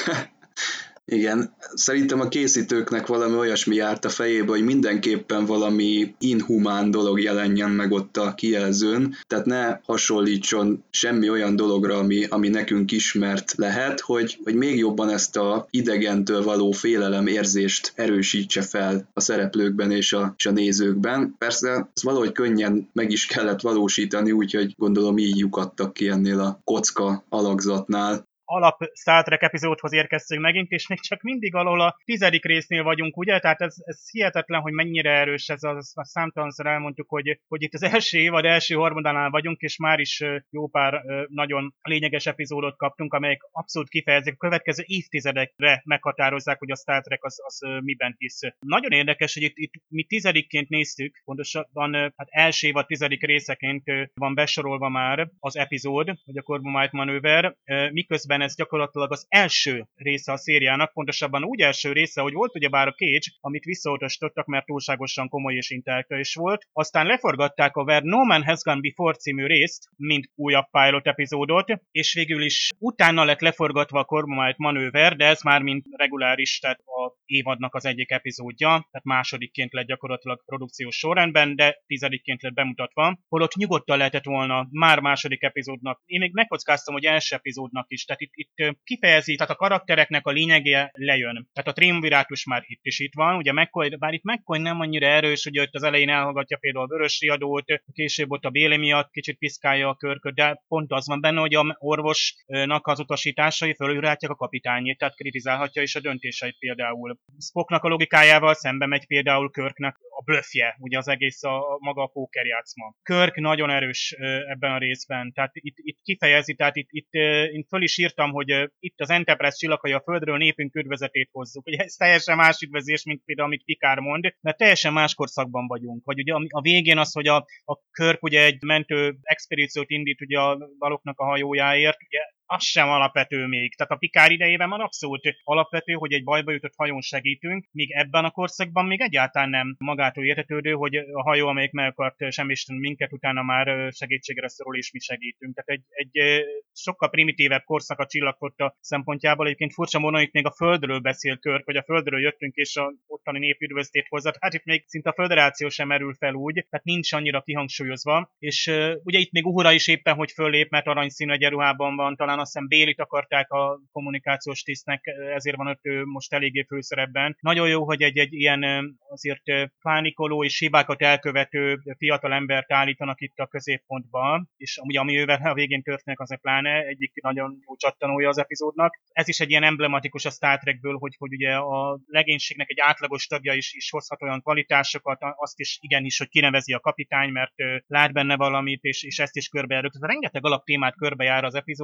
Speaker 4: Igen, szerintem a készítőknek valami olyasmi járt a fejébe, hogy mindenképpen valami inhumán dolog jelenjen meg ott a kijelzőn, tehát ne hasonlítson semmi olyan dologra, ami, ami nekünk ismert lehet, hogy, hogy még jobban ezt a idegentől való félelem érzést erősítse fel a szereplőkben és a, és a nézőkben. Persze ez valahogy könnyen meg is kellett valósítani, úgyhogy gondolom így lyukadtak ki ennél a kocka alakzatnál.
Speaker 7: Alap Star Trek epizódhoz érkeztünk megint, és még csak mindig alól a tizedik résznél vagyunk, ugye? Tehát ez, ez hihetetlen, hogy mennyire erős ez, az, a számtalanszor elmondtuk, hogy, hogy itt az első évad első harmadánál vagyunk, és már is jó pár nagyon lényeges epizódot kaptunk, amelyek abszolút kifejezik, a következő évtizedekre meghatározzák, hogy a Star Trek az, az miben hisz. Nagyon érdekes, hogy itt, itt mi tizedikként néztük, pontosabban hát első évad tizedik részeként van besorolva már az epizód, vagy a Corbomite manőver, miközben ez gyakorlatilag az első része a szériának, pontosabban úgy első része, hogy volt ugyebár a Cage, amit visszautasítottak, mert túlságosan komoly és intellektuális volt. Aztán leforgatták a Where No Man Has Gone Before című részt, mint újabb pilot epizódot, és végül is utána lett leforgatva a Corbomite manőver, de ez már mint reguláris, tehát a évadnak az egyik epizódja, tehát másodikként lett gyakorlatilag produkciós sorrendben, de tizedikként lett bemutatva, holott nyugodtan lehetett volna már második epizódnak. Én még megkockáztam, hogy első epizódnak is, tehát itt, itt kifejezi, tehát a karaktereknek a lényege lejön. Tehát a triumvirátus már itt is itt van, ugye McCoy, bár itt McCoy nem annyira erős, ugye itt az elején elhallgatja például a vörös riadót, később ott a Bailey miatt kicsit piszkálja a Kirköt, de pont az van benne, hogy a orvosnak az utasításai fölülrátják a kapitányét, tehát kritizálhatja is a döntéseit például. Spocknak a logikájával szembe megy például Kirknek a bluffje, ugye az egész a, a maga a pókerjátszma. Kirk nagyon erős ebben a részben, tehát itt, itt kifejezi, tehát itt, itt én föl is írtam, hogy itt az Enterprise csillagai a Földről népünk üdvözetét hozzuk. Ugye ez teljesen más üdvözés, mint például, amit Picard mond, mert teljesen más korszakban vagyunk. Vagy ugye a végén az, hogy a, a Kirk ugye egy mentő expedíciót indít ugye a valóknak a hajójáért, ugye az sem alapvető még. Tehát a Picard idejében már abszolút alapvető, hogy egy bajba jutott hajón segítünk, míg ebben a korszakban még egyáltalán nem magától értetődő, hogy a hajó, amelyik meg akart semmisíteni minket, utána már segítségre szorul, és mi segítünk. Tehát egy, egy sokkal primitívebb korszak a csillagflotta szempontjából. Egyébként furcsa módon itt még a Földről beszél Kirk, hogy a Földről jöttünk, és a ottani nép üdvöztét hozzá. Hát itt még szinte a föderáció sem merül fel úgy, tehát nincs annyira kihangsúlyozva. És uh, ugye itt még Uhura is éppen, hogy föllép, mert aranyszínű egyenruhában van, talán azt hiszem Baileyti akarták a kommunikációs tisztnek, ezért van ott ő most eléggé főszerepben. Nagyon jó, hogy egy, egy ilyen azért pánikoló és hibákat elkövető fiatal embert állítanak itt a középpontba, és amúgy ami ővel a végén történik, az a pláne egyik nagyon jó csattanója az epizódnak. Ez is egy ilyen emblematikus a Star Trekből, hogy, hogy ugye a legénységnek egy átlagos tagja is, is hozhat olyan kvalitásokat, azt is igenis, hogy kinevezi a kapitány, mert lát benne valamit, és, és ezt is körbejár. Tehát rengeteg alaptémát körbejár az epizód, ami később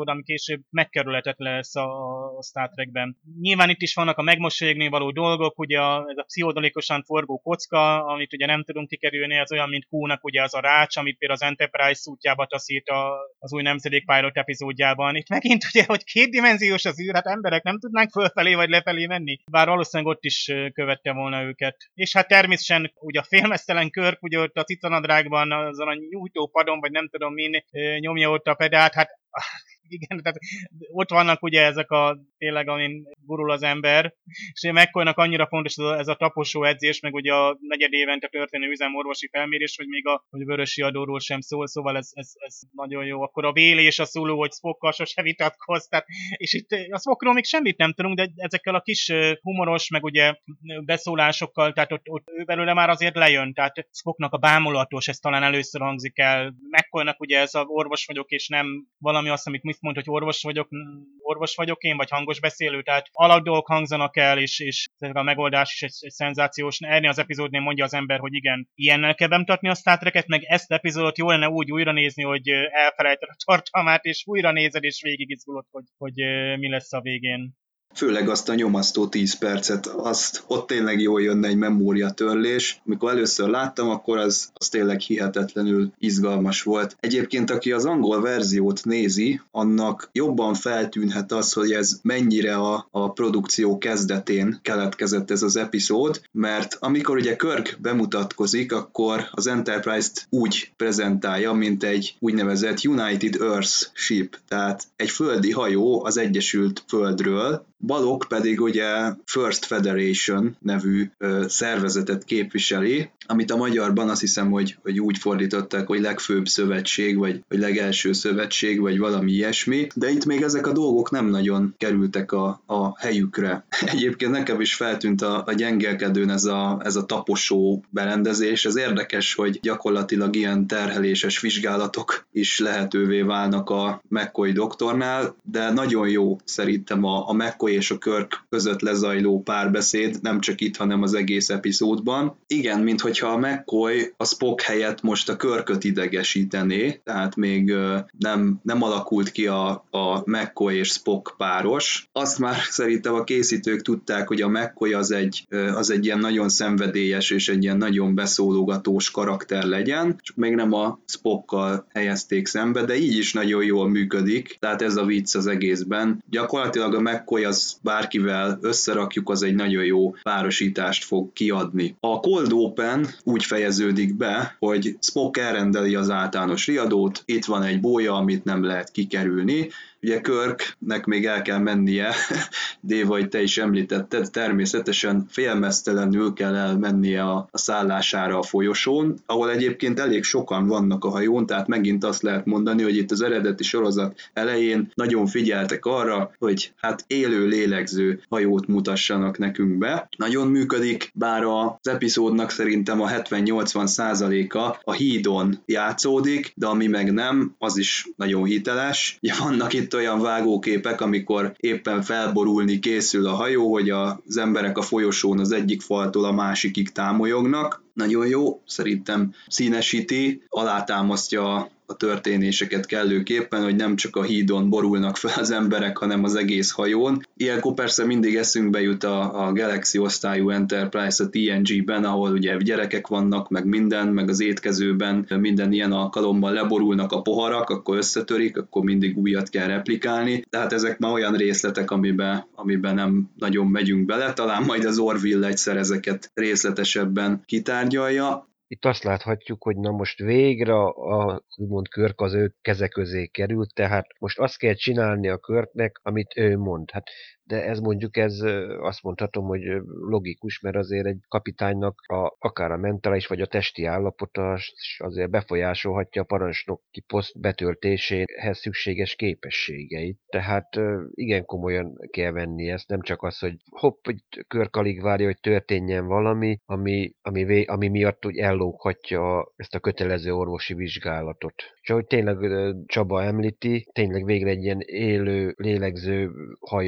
Speaker 7: később megkerülhetetlen lesz a, a Star Trekben. Nyilván itt is vannak a megmosolyogni való dolgok, ugye a, ez a pszichodelikusan forgó kocka, amit ugye nem tudunk kikerülni, az olyan, mint Q-nak ugye az a rács, amit például az Enterprise útjába taszít a, az új nemzedék pilot epizódjában. Itt megint ugye, hogy kétdimenziós az űr, hát emberek nem tudnánk fölfelé vagy lefelé menni, bár valószínűleg ott is követte volna őket. És hát természetesen ugye a félmeztelen Kirk, ugye ott a cicanadrágban, azon a nyújtópadon, vagy nem tudom min, nyomja ott a pedált, hát igen, tehát ott vannak ugye ezek a tényleg, amin gurul az ember, és McCoynak annyira fontos ez a, ez a taposó edzés, meg ugye a negyed évente történő üzemorvosi felmérés, hogy még a, hogy a vörösi adóról sem szól, szóval ez, ez, ez nagyon jó. Akkor a vélés a szóló, hogy Spockkal sose vitatkoz, tehát, és itt a Spockról még semmit nem tudunk, de ezekkel a kis humoros, meg ugye beszólásokkal, tehát ott, ott ő belőle már azért lejön, tehát Spocknak a bámulatos, ez talán először hangzik el, McCoynak ugye ez a orvos vagyok, és nem valami azt, amit mit mond, hogy orvos vagyok, orvos vagyok én, vagy hangos beszélő, tehát alapdolgok hangzanak el, és, és a megoldás is egy, egy szenzációs. Ernél az epizódnél mondja az ember, hogy igen, ilyennel kell bemutatni a Star Trek-et, meg ezt az epizódot jó lenne úgy újra nézni, hogy elfelejted a tartalmát, és újra nézed, és végig izgulod, hogy, hogy mi lesz a végén.
Speaker 4: Főleg azt a nyomasztó tíz percet, azt ott tényleg jól jönne egy memóriatörlés. Amikor először láttam, akkor az, az tényleg hihetetlenül izgalmas volt. Egyébként, aki az angol verziót nézi, annak jobban feltűnhet az, hogy ez mennyire a, a produkció kezdetén keletkezett ez az epizód, mert amikor ugye Kirk bemutatkozik, akkor az Enterprise-t úgy prezentálja, mint egy úgynevezett United Earth Ship, tehát egy földi hajó az Egyesült Földről, Balog pedig ugye First Federation nevű ö, szervezetet képviseli, amit a magyarban azt hiszem, hogy, hogy úgy fordították, hogy legfőbb szövetség, vagy, vagy legelső szövetség, vagy valami ilyesmi, de itt még ezek a dolgok nem nagyon kerültek a, a helyükre. Egyébként nekem is feltűnt a, a gyengelkedőn ez a, ez a taposó berendezés. Ez érdekes, hogy gyakorlatilag ilyen terheléses vizsgálatok is lehetővé válnak a McCoy doktornál, de nagyon jó szerintem a, a McCoy és a Kirk között lezajló párbeszéd, nem csak itt, hanem az egész epizódban. Igen, minthogyha a McCoy a Spock helyett most a Kirköt idegesítené, tehát még nem, nem alakult ki a, a McCoy és Spock páros. Azt már szerintem a készítők tudták, hogy a McCoy az egy, az egy ilyen nagyon szenvedélyes és egy ilyen nagyon beszólogatós karakter legyen, csak még nem a Spockkal helyezték szembe, de így is nagyon jól működik, tehát ez a vicc az egészben. Gyakorlatilag a McCoy az bárkivel összerakjuk, az egy nagyon jó párosítást fog kiadni. A Cold Open úgy fejeződik be, hogy Spock elrendeli az általános riadót, itt van egy bója, amit nem lehet kikerülni. Ugye Kirknek még el kell mennie, Dave, hogy te is említetted, természetesen félmeztelenül kell elmennie a, a szállására a folyosón, ahol egyébként elég sokan vannak a hajón, tehát megint azt lehet mondani, hogy itt az eredeti sorozat elején nagyon figyeltek arra, hogy hát élő, lélegző hajót mutassanak nekünk be. Nagyon működik, bár az epizódnak szerintem a hetven-nyolcvan százaléka a hídon játszódik, de ami meg nem, az is nagyon hiteles. Ugye vannak itt olyan vágóképek, amikor éppen felborulni készül a hajó, hogy az emberek a folyosón az egyik faltól a másikig támolyognak. Nagyon jó, szerintem színesíti, alátámasztja a történéseket kellőképpen, hogy nem csak a hídon borulnak fel az emberek, hanem az egész hajón. Ilyenkor persze mindig eszünkbe jut a, a Galaxy osztályú Enterprise a té en gé-ben, ahol ugye gyerekek vannak, meg minden, meg az étkezőben minden ilyen alkalommal leborulnak a poharak, akkor összetörik, akkor mindig újat kell replikálni. Tehát ezek már olyan részletek, amiben, amiben nem nagyon megyünk bele, talán majd az Orville egyszer ezeket részletesebben kitárgyalja.
Speaker 5: Itt azt láthatjuk, hogy na most végre a úgymond Kirk az ő keze közé került, tehát most azt kell csinálni a Kirknek, amit ő mond. Hát de ez mondjuk, ez azt mondhatom, hogy logikus, mert azért egy kapitánynak a, akár a mentális vagy a testi állapota azért befolyásolhatja a parancsnoki poszt betöltéséhez szükséges képességeit. Tehát igen komolyan kell venni ezt, nem csak az, hogy hopp, hogy Kirk alig várja, hogy történjen valami, ami, ami, ami miatt úgy ellóghatja ezt a kötelező orvosi vizsgálatot. És ahogy tényleg Csaba említi, tényleg végre egy ilyen élő, lélegző hajót lát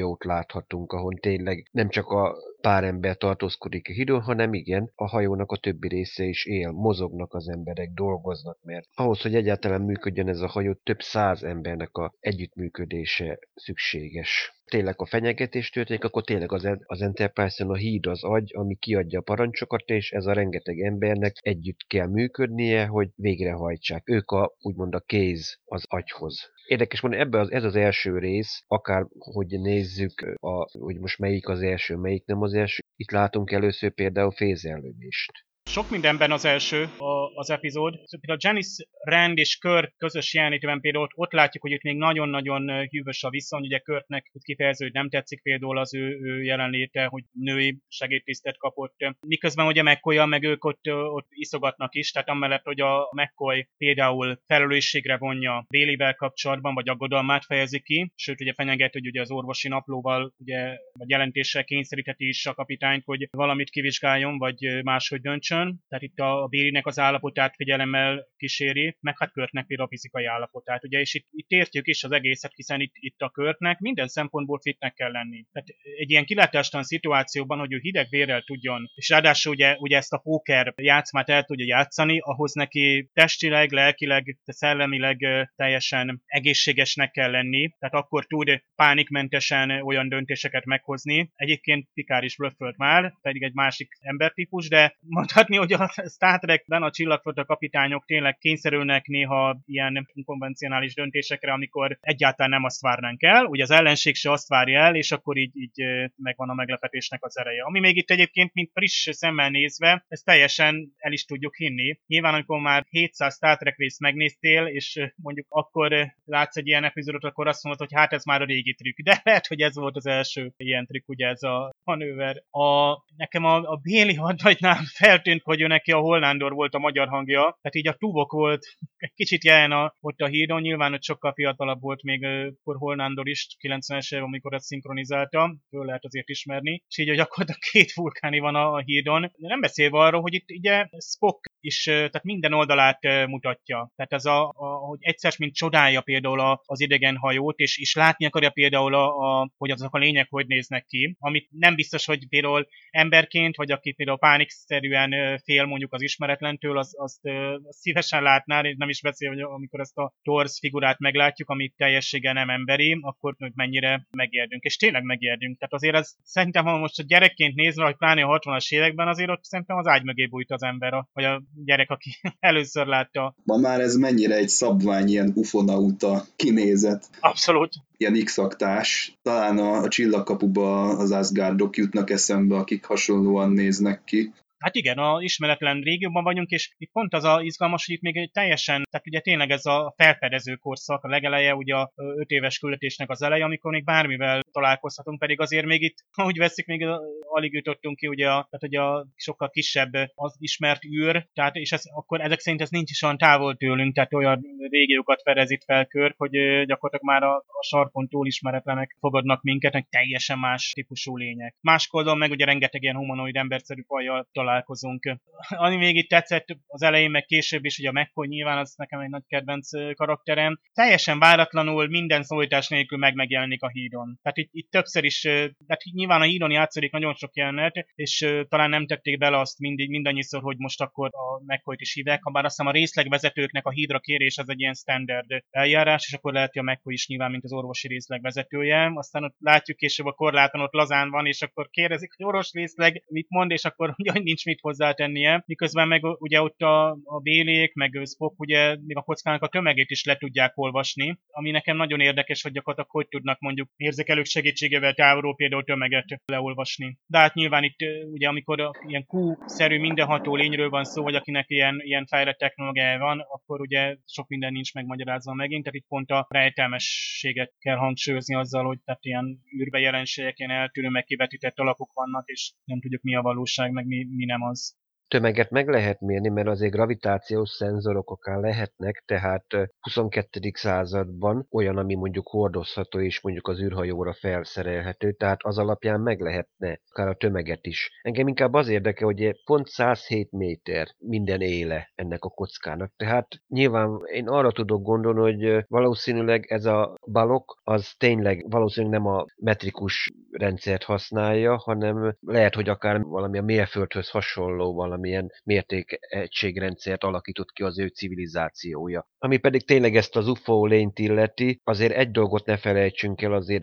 Speaker 5: láthatunk, ahol tényleg nem csak a pár ember tartózkodik a hídon, hanem igen, a hajónak a többi része is él, mozognak az emberek, dolgoznak, mert ahhoz, hogy egyáltalán működjön ez a hajó, több száz embernek a együttműködése szükséges. Tényleg a fenyegetés történik, akkor tényleg az, az Enterprise-on a híd az agy, ami kiadja a parancsokat, és ez a rengeteg embernek együtt kell működnie, hogy végrehajtsák. Ők a, úgymond a kéz az agyhoz. Érdekes mondani, ebben az, ez az első rész, akár hogy nézzük, a, hogy most melyik az első, melyik nem az első. Itt látunk először például fézerlövést.
Speaker 7: Sok mindenben az első a, az epizód. Például Janice Rand és Kirk közös jelenlétében például ott, ott látjuk, hogy itt még nagyon-nagyon hűvös a viszony. Ugye Kirknek kifejező, hogy nem tetszik például az ő, ő jelenléte, hogy női segédtisztet kapott. Miközben ugye McCoy-jal meg ők ott, ott iszogatnak is, tehát amellett, hogy a McCoy például felelősségre vonja Bailey-vel kapcsolatban, vagy aggodalmát fejezi ki, sőt ugye fenyeget, hogy ugye az orvosi naplóval, ugye, vagy jelentéssel kényszerítheti is a kapitányt, hogy valamit kivizsgáljon, vagy máshogy döntsön. Tehát itt a Baileynek az állapotát figyelemmel kíséri, meg hát Kirknek például a fizikai állapotát, ugye, és itt, itt értjük is az egészet, hiszen itt, itt a Kirknek minden szempontból fitnek kell lenni. Tehát egy ilyen kilátástalan szituációban, hogy ő hideg vérrel tudjon, és ráadásul ugye, ugye ezt a póker játszmát el tudja játszani, ahhoz neki testileg, lelkileg, szellemileg teljesen egészségesnek kell lenni, tehát akkor tud pánikmentesen olyan döntéseket meghozni. Egyébként Picard is blöffölt már, pedig egy másik embertípus, de mondhatni, hogy a Star Trekben a csillagflotta kapitányok tényleg kényszerülnek néha ilyen konvencionális döntésekre, amikor egyáltalán nem azt várnánk el, ugye az ellenség se azt várja el, és akkor így, így megvan a meglepetésnek az ereje. Ami még itt egyébként, mint friss szemmel nézve, ezt teljesen el is tudjuk hinni. Nyilván, amikor már hétszáz Star Trek részt megnéztél, és mondjuk akkor látsz egy ilyen epizódot, akkor azt mondod, hogy hát ez már a régi trükk. De lehet, hogy ez volt az első ilyen trükk, ugye ez a manőver. A, nekem a, a Bailey hadnagynál feltűnt, hogy ő neki a Hollandor volt a magyar hangja, tehát így a Tuvok volt egy kicsit jelen a, ott a hídon, nyilván, hogy sokkal fiatalabb volt még akkor Hollandor is, kilencvenes években, amikor ezt szinkronizálta, föl lehet azért ismerni, és így, hogy gyakorlatilag két vulkáni van a, a hídon. De nem beszélve arról, hogy itt ugye Spock is, tehát minden oldalát mutatja. Tehát ez a, a hogy egyszer mint csodálja például a, az idegen hajót, és, és látni akarja például, a, a, hogy azok a lények hogy néznek ki, amit nem biztos, hogy például emberként, vagy aki például pánikszerűen fél mondjuk az ismeretlentől, az, azt, azt szívesen látná, és nem is beszél, hogy amikor ezt a torz figurát meglátjuk, ami teljességgel nem emberi, akkor mennyire megérdünk. És tényleg megérdünk. Tehát azért ez szerintem, ha most a gyerekként nézve, hogy pláne a hatvanas években, azért ott szerintem az ágy mögé bújt az ember, vagy a gyerek, aki először látta.
Speaker 4: Ma már ez mennyire egy szabvány, ilyen ufonauta kinézet.
Speaker 7: Abszolút.
Speaker 4: Ilyen x-aktás. Talán a, a csillagkapuba az Asgardok jutnak eszembe, akik hasonlóan néznek ki.
Speaker 7: Hát igen, a ismeretlen régióban vagyunk, és itt pont az a izgalmas, hogy itt még egy teljesen, tehát ugye tényleg ez a felfedező korszak, a legeleje, ugye a öt éves küldetésnek az eleje, amikor még bármivel találkozhatunk, pedig azért még itt, ahogy veszik, még alig jutottunk ki, ugye a, tehát ugye a sokkal kisebb az ismert űr, tehát és ez, akkor ezek szerint ez nincs is olyan távol tőlünk, tehát olyan régiókat fedez itt fel Kirk, hogy gyakorlatilag már a, a sarkon túl ismeretlenek fogadnak minket, hogy teljesen más típusú lények. Más oldalon meg ugye rengeteg ilyen humanoid emberszerű fajjal találkozunk. Ami még itt tetszett az elején, meg később is, ugye a McCoy nyilván az nekem egy nagy kedvenc karakterem. Teljesen váratlanul minden szólítás nélkül meg megjelenik a hídon. Tehát itt, itt többször is, tehát nyilván a hídon játszódik nagyon sok jelenet, és talán nem tették bele azt mindig, mindannyiszor, hogy most akkor a McCoyt is hívják, ha bár azt hiszem a részlegvezetőknek a hídra kérés az egy ilyen standard eljárás, és akkor lehet, hogy a McCoy is nyilván, mint az orvosi részlegvezetője. Aztán ott látjuk később a korláton ott lazán van, és akkor kérdezik, hogy orvos részleg mit mond, és akkor ugye nincs mit hozzátennie, miközben meg ugye ott a, a Baileyk, meg Spock ugye még a kockának a tömegét is le tudják olvasni, ami nekem nagyon érdekes, hogy gyakorlatilag hogy tudnak mondjuk érzékelők segítségével távolról például tömeget leolvasni. De hát nyilván itt ugye amikor ilyen Q-szerű mindenható lényről van szó, vagy akinek ilyen, ilyen fejlett technológiája van, akkor ugye sok minden nincs megmagyarázva megint, tehát itt pont a rejtelmességet kell hangsúlyozni azzal, hogy tehát ilyen űrbe jelenségek, ilyen eltűnő, meg kivetített alakok vannak, és nem tudjuk mi a valóság, meg mi, mi nem az.
Speaker 5: tömeget meg lehet mérni, mert azért gravitációs szenzorok akár lehetnek, tehát huszonkettedik században olyan, ami mondjuk hordozható és mondjuk az űrhajóra felszerelhető, tehát az alapján meg lehetne akár a tömeget is. Engem inkább az érdekel, hogy pont száz hét méter minden éle ennek a kockának. Tehát nyilván én arra tudok gondolni, hogy valószínűleg ez a balok az tényleg valószínűleg nem a metrikus rendszert használja, hanem lehet, hogy akár valami a mérföldhöz hasonló valamilyen mértékegységrendszert alakított ki az ő civilizációja. Ami pedig tényleg ezt az u f o lényt illeti, azért egy dolgot ne felejtsünk el, azért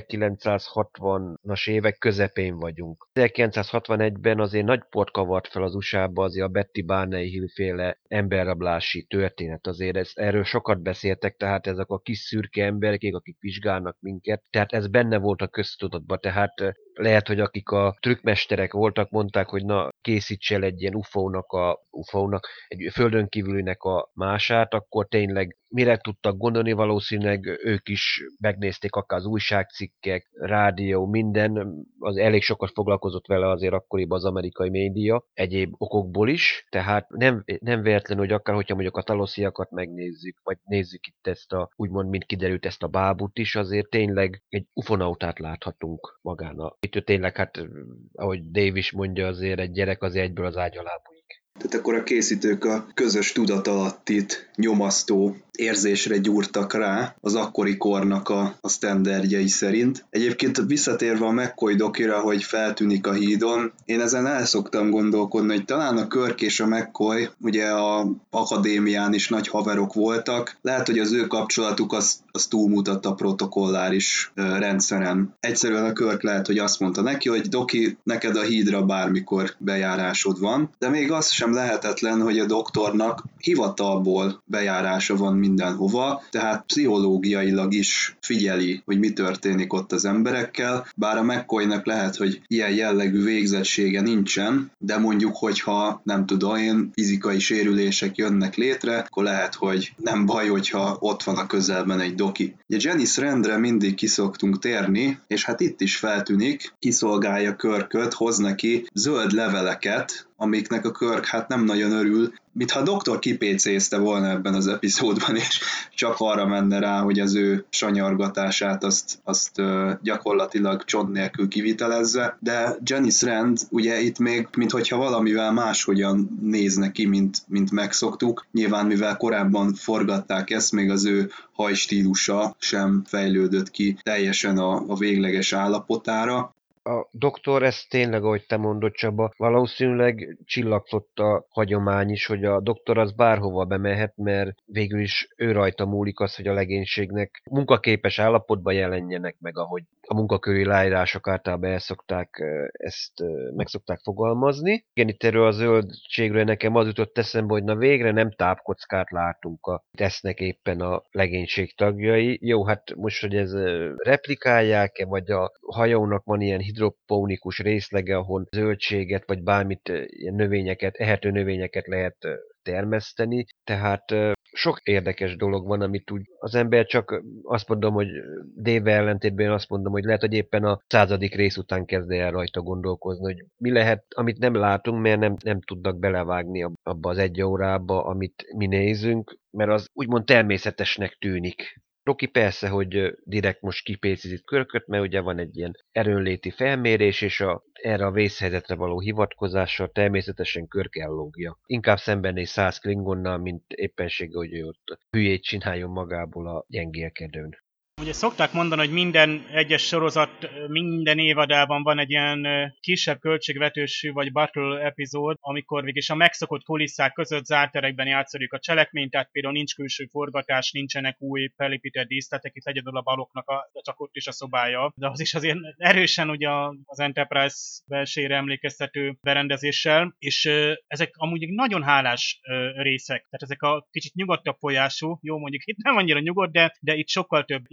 Speaker 5: ezerkilencszázhatvanas évek közepén vagyunk. ezerkilencszázhatvanegyben azért nagy port kavart fel az u es á-ba azért a Betty Barney Hill féle emberrablási történet. Azért ezt, erről sokat beszéltek, tehát ezek a kis szürke emberek, akik vizsgálnak minket, tehát ez benne volt a köztudatban, tehát lehet, hogy akik a trükkmesterek voltak, mondták, hogy na, készíts el egy ilyen u f o-nak, a, u f o-nak, egy földön kívülinek a mását, akkor tényleg mire tudtak gondolni, valószínűleg ők is megnézték akár az újságcikkek, rádió, minden, az elég sokat foglalkozott vele azért akkoriban az amerikai média, egyéb okokból is, tehát nem, nem véletlenül, hogy akár, hogyha mondjuk a talosziakat megnézzük, vagy nézzük itt ezt a, úgymond, mint kiderült ezt a bábút is, azért tényleg egy ufonautát láthatunk magán. Itt tényleg, hát, ahogy Dave is mondja, azért egy gyerek azért egyből az ágy alá bújik.
Speaker 4: Tehát akkor a készítők a közös tudatalattit nyomasztó érzésre gyúrtak rá az akkori kornak a, a sztenderdjei szerint. Egyébként visszatérve a McCoy dokira, hogy feltűnik a hídon, én ezen el szoktam gondolkodni, hogy talán a Kirk és a McCoy ugye a akadémián is nagy haverok voltak, lehet, hogy az ő kapcsolatuk az, az túlmutat a protokolláris uh, rendszeren. Egyszerűen a Kirk lehet, hogy azt mondta neki, hogy Doki, neked a hídra bármikor bejárásod van, de még az sem lehetetlen, hogy a doktornak hivatalból bejárása van mindenhova, tehát pszichológiailag is figyeli, hogy mi történik ott az emberekkel, bár a McCoynak lehet, hogy ilyen jellegű végzettsége nincsen, de mondjuk, hogyha nem tudom én, fizikai sérülések jönnek létre, akkor lehet, hogy nem baj, hogyha ott van a közelben egy doki. Ugye Janice Randre mindig kiszoktunk térni, és hát itt is feltűnik, kiszolgálja Kirköt, hoz neki zöld leveleket, amiknek a Kirk hát nem nagyon örül, mintha a doktor kipécézte volna ebben az epizódban, és csak arra menne rá, hogy az ő sanyargatását azt, azt uh, gyakorlatilag csont nélkül kivitelezze, de Janice Rand ugye itt még, minthogyha valamivel máshogyan nézne ki, mint, mint megszoktuk. Nyilván, mivel korábban forgatták ezt, még az ő hajstílusa sem fejlődött ki teljesen a, a végleges állapotára.
Speaker 5: A doktor, ez tényleg, ahogy te mondod, Csaba, valószínűleg csillagflotta hagyomány is, hogy a doktor az bárhova bemehet, mert végül is ő rajta múlik az, hogy a legénységnek munkaképes állapotban jelenjenek meg, ahogy a munkaköri leírások általában el szokták, ezt meg szokták fogalmazni. Igen, itt erről a zöldségről nekem az jutott eszembe, hogy na végre nem tápkockát látunk, a tesznek éppen a legénység tagjai. Jó, hát most, hogy ez replikálják-e, vagy a hajónak van ilyen hidroponikus részlege, ahol zöldséget, vagy bármit, ilyen növényeket, ehető növényeket lehet termeszteni, tehát sok érdekes dolog van, amit úgy az ember csak azt mondom, hogy Dave ellentétben azt mondom, hogy lehet, hogy éppen a századik rész után kezd el rajta gondolkozni, hogy mi lehet, amit nem látunk, mert nem, nem tudnak belevágni abba az egy órába, amit mi nézünk, mert az úgymond természetesnek tűnik. Rocky persze, hogy direkt most kipécízik Kirköt, mert ugye van egy ilyen erőnléti felmérés, és a, erre a vészhelyzetre való hivatkozással természetesen Kirk ellógja. Inkább szembenéz száz Klingonnal, mint éppenséggel, hogy ő ott hülyét csináljon magából a gyengélkedőn.
Speaker 7: Ugye szokták mondani, hogy minden egyes sorozat, minden évadában van egy ilyen kisebb költségvetősű vagy battle epizód, amikor végig a megszokott kulisszák között zárt terekben játszódik a cselekmény, tehát például nincs külső forgatás, nincsenek új felépített díszletek, itt egyedül a baloknak a, de csak ott is a szobája. De az is azért erősen ugye az Enterprise belsére emlékeztető berendezéssel, és ezek amúgy nagyon hálás részek, tehát ezek a kicsit nyugodtabb folyású, jó mondjuk itt nem annyira nyugodt, de, de itt sokkal több. Itt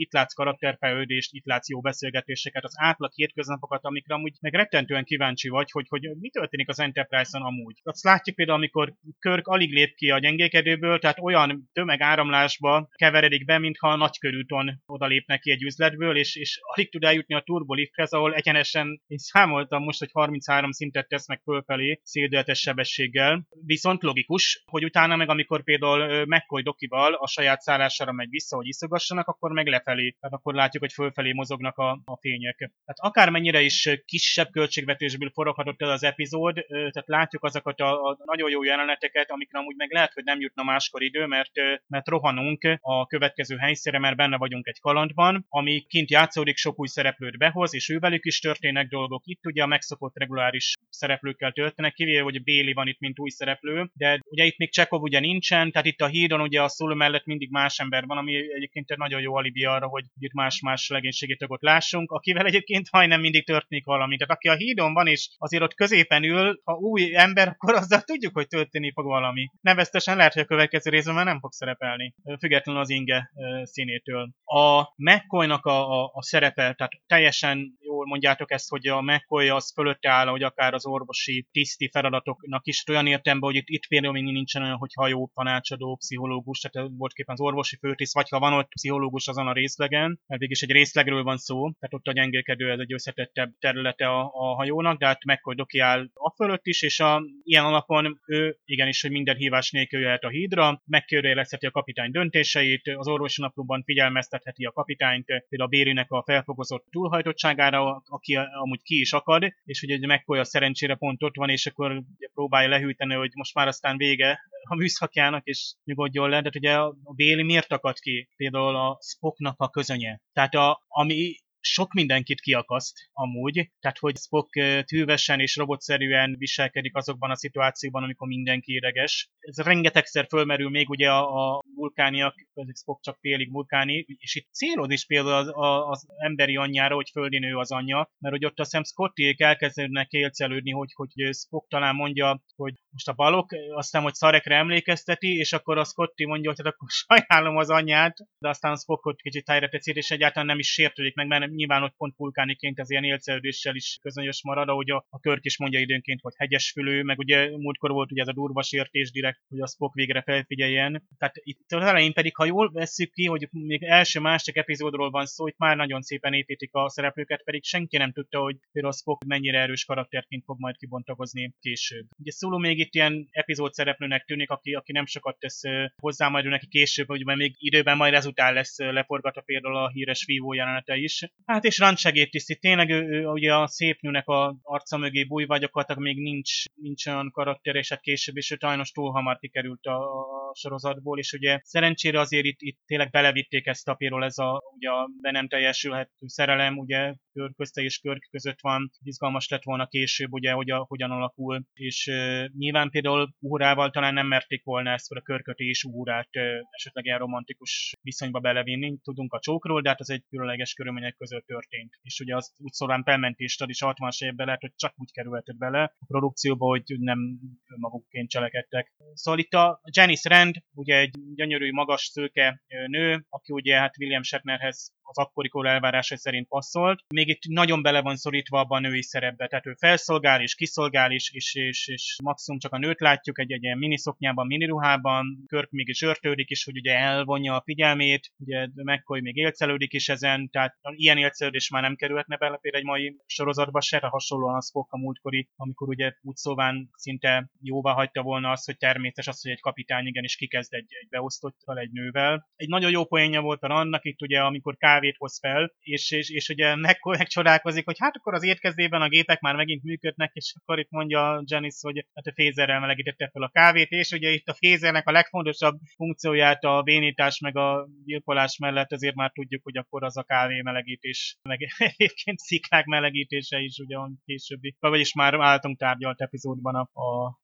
Speaker 7: itt látsz karakterfejlődést, itt látsz jó beszélgetéseket, az átlag hétköznapokat, amikre amúgy meg rettentően kíváncsi vagy, hogy, hogy mi történik az Enterprise-on amúgy. Azt látjuk például, amikor Kirk alig lép ki a gyengékedőből, tehát olyan tömegáramlásba keveredik be, mintha a nagykörúton oda lépne ki egy üzletből, és, és alig tud eljutni a turbolifthez, ahol egyenesen, én számoltam most, hogy harminchárom szintet tesz meg fölfelé széldeltes sebességgel. Viszont logikus, hogy utána meg amikor például McCoy Dokival a saját szállására megy vissza, hogy iszogassanak, akkor meg lefelé. Tehát akkor látjuk, hogy fölfelé mozognak a, a fények. Tehát akármennyire is kisebb költségvetésből foroghatott el az epizód, tehát látjuk azokat a, a nagyon jó jeleneteket, amikre amúgy meg lehet, hogy nem jutna máskor idő, mert, mert rohanunk a következő helyszínre, mert benne vagyunk egy kalandban, ami kint játszódik, sok új szereplőt behoz, és ővelük is történnek dolgok. Itt ugye a megszokott reguláris szereplőkkel történnek, kivéve, hogy Bailey van itt, mint új szereplő, de ugye itt még Chekhov ugye nincsen, tehát itt a hídon ugye a Sulu mellett mindig más ember van, ami egyébként egy nagyon jó alibi arra, hogy itt más-más legénységi tagot lássunk, akivel egyébként majdnem mindig történik valami. Tehát aki a hídon van, és azért ott középen ül, ha új ember, akkor azzal tudjuk, hogy történni fog valami. Neveztesen lehet, hogy a következő részben már nem fog szerepelni, függetlenül az inge színétől. A McCoy-nak a, a, a szerepe, tehát teljesen jól mondjátok ezt, hogy a McCoy az fölötte áll, hogy akár az orvosi tiszti feladatoknak is olyan értelemben, hogy itt, itt például még nincsen olyan, hogy hajó, tanácsadó, pszichológus, tehát voltképpen az orvosi főtiszt, vagy ha van ott pszichológus azon a részlegen, mert végig is egy részlegről van szó, tehát ott a gyengélkedő, ez egy összetettebb területe a, a hajónak, de hát McCoy Doki áll a fölött is, és a, ilyen alapon ő igenis, hogy minden hívás nélkül jöhet a hídra, megkérdőjelezheti a kapitány döntéseit, az orvosi naplóban figyelmeztetheti a kapitányt, például a Bélinek a felfogozott túlhajtottságára, aki amúgy ki is akad, és ugye McCoy a szerencsére pont ott van, és akkor próbálja lehűteni, hogy most már aztán vége a műszakjának, és nyugodjon le. De ugye a Bailey miért akad ki? Például a Spocknak a közönye. Tehát a, ami sok mindenkit kiakaszt amúgy, tehát hogy Spock tűvesen és robotszerűen viselkedik azokban a szituációban, amikor mindenki ideges. Ez rengetegszer fölmerül még ugye a, a vulkániak, Spock csak félig vulkáni, és itt célod is például az, az emberi anyjára, hogy földi nő az anyja, mert hogy ott azt hiszem Scottiék elkezdenek élcelődni, hogy, hogy Spock talán mondja, hogy most a balok, aztán, hogy Szarekre emlékezteti, és akkor a Scotty mondja, hogy hát akkor sajnálom az anyját, de aztán Spockot kicsit tájra tetszik, és egyáltalán nem is sértődik meg, mert nyilván ott pont vulkániként az ilyen élcelődéssel is közönyös marad, ahogy a, a Kirk is mondja időnként, hogy hegyesfülű, meg ugye múltkor volt ugye ez a durva sértés direkt, hogy a Spock végre felfigyeljen. Tehát itt az elején pedig, ha jól vesszük ki, hogy még első-másik epizódról van szó, itt már nagyon szépen építik a szereplőket, pedig senki nem tudta, hogy például Spock mennyire erős karakterként fog majd kibontakozni később. Ugye Sulu még itt ilyen epizód szereplőnek tűnik, aki, aki nem sokat tesz hozzá majd ő neki később, hogy még időben majd ezután lesz leforgatva például a híres vívó jelenete is. Hát és randsegédtiszti, tényleg ő, ő ugye a szép nőnek a arca mögé bújva, gyakorlatilag még nincs, nincs olyan karakter, és hát később is ő sajnos túl hamar kikerült a, a sorozatból, és ugye szerencsére azért itt, itt tényleg belevitték ezt a például ez a, ugye a be nem teljesülhető szerelem, ugye Kirk közte és Kirk között van, izgalmas lett volna később, ugye, hogy a, hogyan alakul, és uh, nyilván például Uhurával talán nem merték volna ezt, vagy a Kirköt és Uhurát uh, esetleg ilyen romantikus viszonyba belevinni, tudunk a csókról, de hát az egy különleges körülmények között történt. És ugye az úgy szólán felmentést ad, és hatvanas évben lehet, hogy csak úgy kerülhetett bele a produkcióba, hogy nem magukként cselekedtek. Szóval itt a Janice Rand, ugye egy gyönyörű, magas, szőke nő, aki ugye hát William Shatnerhez az akkori kor elvárása szerint passzolt. Még itt nagyon bele van szorítva abban a női szerepbe, tehát ő felszolgál és kiszolgál is, és, és, és maximum csak a nőt látjuk egy, egy ilyen miniszoknyában, miniruhában, Kirk mégis örtődik is, hogy ugye elvonja a figyelmét, ugye McCoy még élcelődik is ezen, tehát ilyen élcelődés már nem kerülhetne bele például egy mai sorozatba se, hasonlóan a Spock a múltkori, amikor ugye úgy szóván szinte jóvá hagyta volna azt, hogy természetes az, hogy egy kapitány igenis kikezd egy, egy beosztottal, egy nővel. Egy nagyon jó poénja volt a Rannak itt ugye, amikor kávét hoz fel, és, és, és ugye McCoy megcsodálkozik, hogy hát akkor az étkezdében a gépek már megint működnek, és akkor itt mondja Janice, hogy hát a fézerrel melegítette fel a kávét, és ugye itt a fézernek a legfontosabb funkcióját a bénítás meg a gyilkolás mellett azért már tudjuk, hogy akkor az a kávé melegítés, meg egyébként sziklák melegítése is ugye a későbbi, vagyis már álltunk tárgyalt epizódban a, a,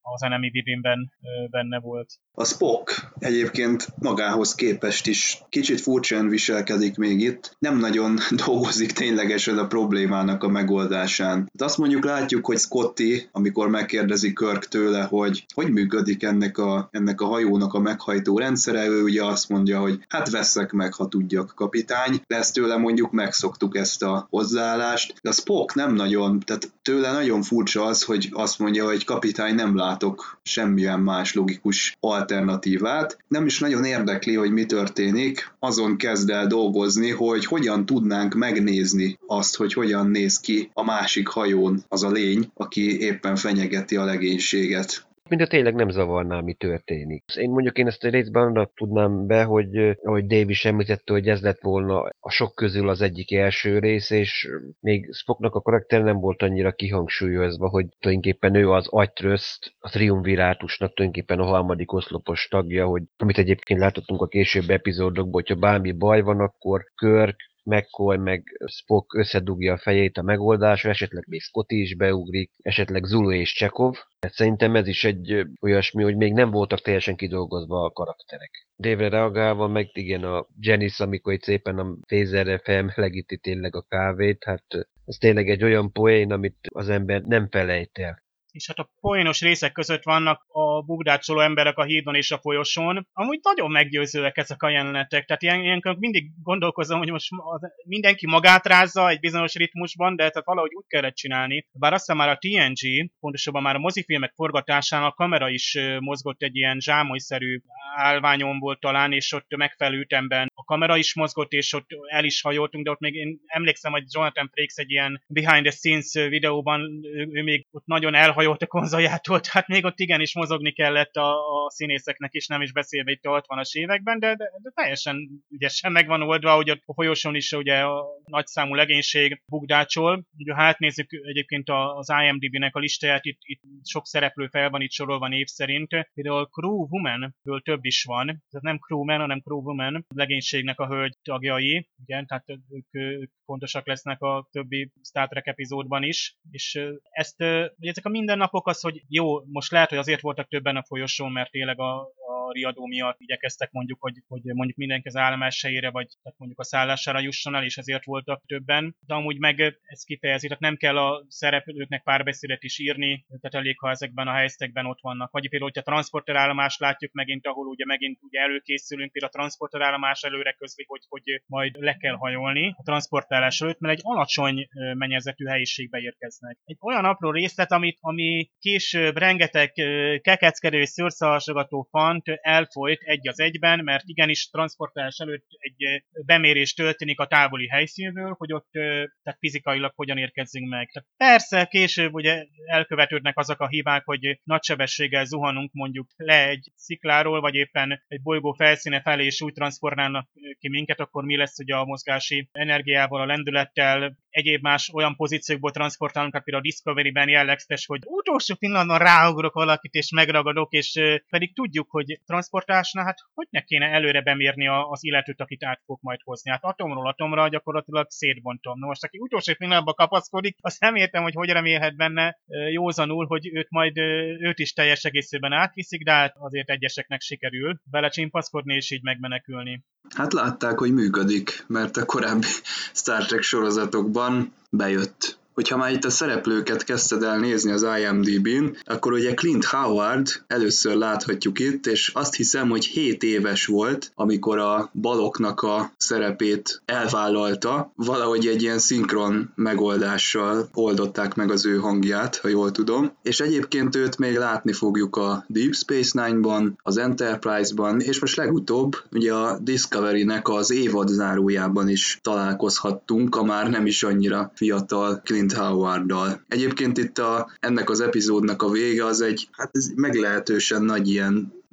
Speaker 7: az Enemy Within-ben benne volt.
Speaker 4: A Spock egyébként magához képest is kicsit furcsán viselkedik még itt, nem nagyon dolgozik ténylegesen a problémának a megoldásán. Hát azt mondjuk látjuk, hogy Scotty, amikor megkérdezi Kirk tőle, hogy hogy működik ennek a, ennek a hajónak a meghajtó rendszere, ő ugye azt mondja, hogy hát veszek meg, ha tudjak, kapitány, de ezt tőle mondjuk megszoktuk ezt a hozzáállást, de a Spock nem nagyon, tehát tőle nagyon furcsa az, hogy azt mondja, hogy kapitány, nem látok semmilyen más logikus alternatívát. Nem is nagyon érdekli, hogy mi történik, azon kezd el dolgozni, hogy hogyan tudnánk megnézni azt, hogy hogyan néz ki a másik hajón az a lény, aki éppen fenyegeti a legénységet.
Speaker 5: Mintha tényleg nem zavarná, mi történik. Én mondjuk én ezt a részben arra tudnám be, hogy ahogy Dave is említette, hogy ez lett volna a sok közül az egyik első rész, és még Spocknak a karakter nem volt annyira kihangsúlyozva, hogy tulajdonképpen ő az agytröszt, a triumvirátusnak tulajdonképpen a harmadik oszlopos tagja, hogy amit egyébként látottunk a későbbi epizódokban, hogyha bármi baj van, akkor Kirk, McCoy meg Spock összedugja a fejét a megoldásra, esetleg még Scotty is beugrik, esetleg Zulu és Chekhov. Szerintem ez is egy olyasmi, hogy még nem voltak teljesen kidolgozva a karakterek. Dave-re reagálva meg igen a Janice, amikor itt szépen a fézerre felmelegíti tényleg a kávét, hát ez tényleg egy olyan poén, amit az ember nem felejt el.
Speaker 7: És hát a poénos részek között vannak a bugdácsoló emberek a hídon és a folyosón. Amúgy nagyon meggyőzőek ezek a jelenetek. Tehát ilyen, ilyenkor mindig gondolkozom, hogy most mindenki magát rázza egy bizonyos ritmusban, de tehát valahogy úgy kellett csinálni. Bár aztán már a té en gé, pontosabban már a mozifilmek forgatásán a kamera is mozgott egy ilyen zsámolyszerű állványon volt talán, és ott megfelelő ütemben a kamera is mozgott, és ott el is hajoltunk, de ott még én emlékszem, hogy Jonathan Frakes egy ilyen behind the scenes videóban, ő, ő még ott nagyon elhajolt a konzoljától, tehát még ott igenis mozogni kellett a, a színészeknek is, nem is beszélve itt a hatvanas években, de, de, de teljesen ügyesen megvan oldva, hogy a folyosón is ugye a nagyszámú legénység bugdácsol. Ugye, ha átnézzük egyébként az i em dé bé-nek a listáját, itt, itt sok szereplő fel van itt sorolva név szerint. Például Crew Woman-ből több is van, tehát nem Crewman, hanem Crew Woman legénységnek a hölgy tagjai, ugye, tehát ők, ők fontosak lesznek a többi Star Trek epizódban is, és ezt, ugye ezek a mindennapok az, hogy jó, most lehet, hogy azért voltak többen a folyosón, mert tényleg a, a riadó miatt igyekeztek mondjuk, hogy, hogy mondjuk mindenki az állomás helyére, vagy tehát mondjuk a szállására jusson el, és ezért voltak többen, de amúgy meg ez kifejezi, tehát nem kell a szereplőknek párbeszédet is írni, tehát elég, ha ezekben a helyzetekben ott vannak. Vagy például, hogyha a transporterállomást látjuk megint, ahol ugye megint ugye előkészülünk, például a transporterállomás előre közli, hogy, hogy majd le kell hajolni a transportálás előtt, mert egy alacsony mennyezetű helyiségbe érkeznek. Egy olyan apró részlet, amit, ami később rengeteg kekeckedő és szőrszalhasogató fant elfolyt egy az egyben, mert igenis transportálás előtt egy bemérés történik a távoli helyszínről, hogy ott tehát fizikailag hogyan érkezzünk meg. Tehát persze később ugye elkövetődnek azok a hibák, hogy nagy sebességgel zuhanunk mondjuk le egy szikláról, vagy éppen egy bolygó felszíne felé, és úgy transportálnak ki minket, akkor mi lesz ugye a mozgási energiával, a lendülettel, egyéb más olyan pozíciókból transportálunk, hát például a Discovery-ben jellegzetes, hogy utolsó pillanatban ráugrok valakit és megragadok, és pedig tudjuk, hogy transportálásnál, hát hogy ne kéne előre bemérni az illetőt, akit át fog majd hozni. Hát atomról atomra gyakorlatilag szétbontom. Na most, aki utolsó pillanatban kapaszkodik, azt nem értem, hogy hogy remélhet benne józanul, hogy őt majd őt is teljes egészében átviszik, de hát azért egyeseknek sikerül belecsimpaszkodni és így megmenekülni.
Speaker 4: Hát látták, hogy működik, mert a korábbi Star Trek sorozatokban bejött. Hogyha már itt a szereplőket kezdted el nézni az i em dé bén, akkor ugye Clint Howard először láthatjuk itt, és azt hiszem, hogy hét éves volt, amikor a Baloknak a szerepét elvállalta. Valahogy egy ilyen szinkron megoldással oldották meg az ő hangját, ha jól tudom. És egyébként őt még látni fogjuk a Deep Space Nine-ban, az Enterprise-ban, és most legutóbb ugye a Discovery-nek az évad zárójában is találkozhattunk, a már nem is annyira fiatal Clint Howarddal. Egyébként itt a, ennek az epizódnak a vége az egy, hát ez meglehetősen nagy ilyen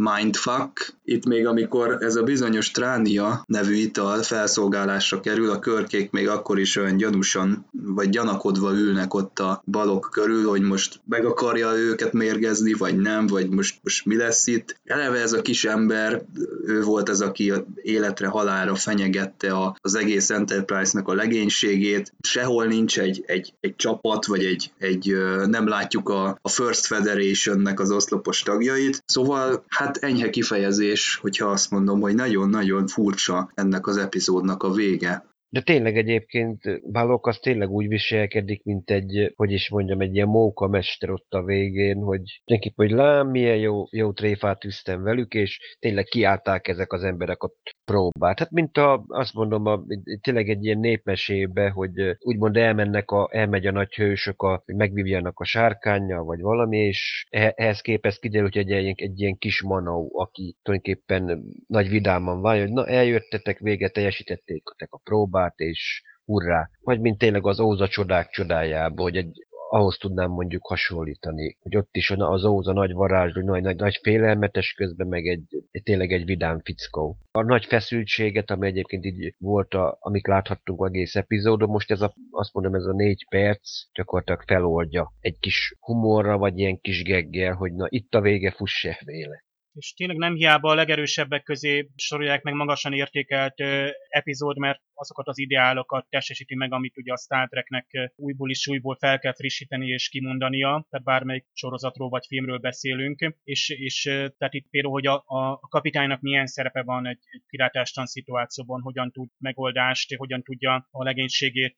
Speaker 4: mindfuck. Itt még amikor ez a bizonyos Tránia nevű ital felszolgálásra kerül, a körkék még akkor is olyan gyanúsan, vagy gyanakodva ülnek ott a balok körül, hogy most meg akarja őket mérgezni, vagy nem, vagy most, most mi lesz itt. Eleve ez a kis ember, ő volt az, aki életre halálra fenyegette a, az egész Enterprise-nak a legénységét. Sehol nincs egy, egy, egy csapat, vagy egy, egy nem látjuk a, a First Federation-nek az oszlopos tagjait. Szóval hát enyhe kifejezés, hogyha azt mondom, hogy nagyon-nagyon furcsa ennek az epizódnak a vége.
Speaker 5: De tényleg egyébként Balok az tényleg úgy viselkedik, mint egy, hogy is mondjam, egy ilyen móka mester ott a végén, hogy neki, hogy lám, milyen jó, jó tréfát üztem velük, és tényleg kiállták ezek az emberek ott próbát. Hát mint a, azt mondom, a, tényleg egy ilyen népmesébe, hogy úgymond elmennek a, elmegy a nagy hősök, a, hogy megvívjanak a sárkánnyal, vagy valami, és ehhez képest kiderül, hogy egy, egy, egy ilyen kis manó, aki tulajdonképpen nagy vidáman van, hogy na eljöttetek, vége teljesítették a próbát, és hurrá. Vagy mint tényleg az Óza csodák csodájába, hogy egy, ahhoz tudnám mondjuk hasonlítani, hogy ott is az Óza nagy varázsló, nagy, nagy, nagy félelmetes, közben meg egy, egy tényleg egy vidám fickó. A nagy feszültséget, ami egyébként így volt, a, amit láthattunk egész epizódon, most ez a, azt mondom, ez a négy perc gyakorlatilag feloldja egy kis humorra, vagy ilyen kis geggel, hogy na itt a vége, fuss se véle.
Speaker 7: És tényleg nem hiába a legerősebbek közé sorolják meg magasan értékelt ö, epizód, mert azokat az ideálokat testesíti meg, amit ugye a Star Treknek újból is újból fel kell frissíteni és kimondania, tehát bármelyik sorozatról vagy filmről beszélünk, és, és tehát itt például, hogy a, a kapitánynak milyen szerepe van egy, egy pirátástalan szituációban, hogyan tud megoldást, hogyan tudja a legénységét,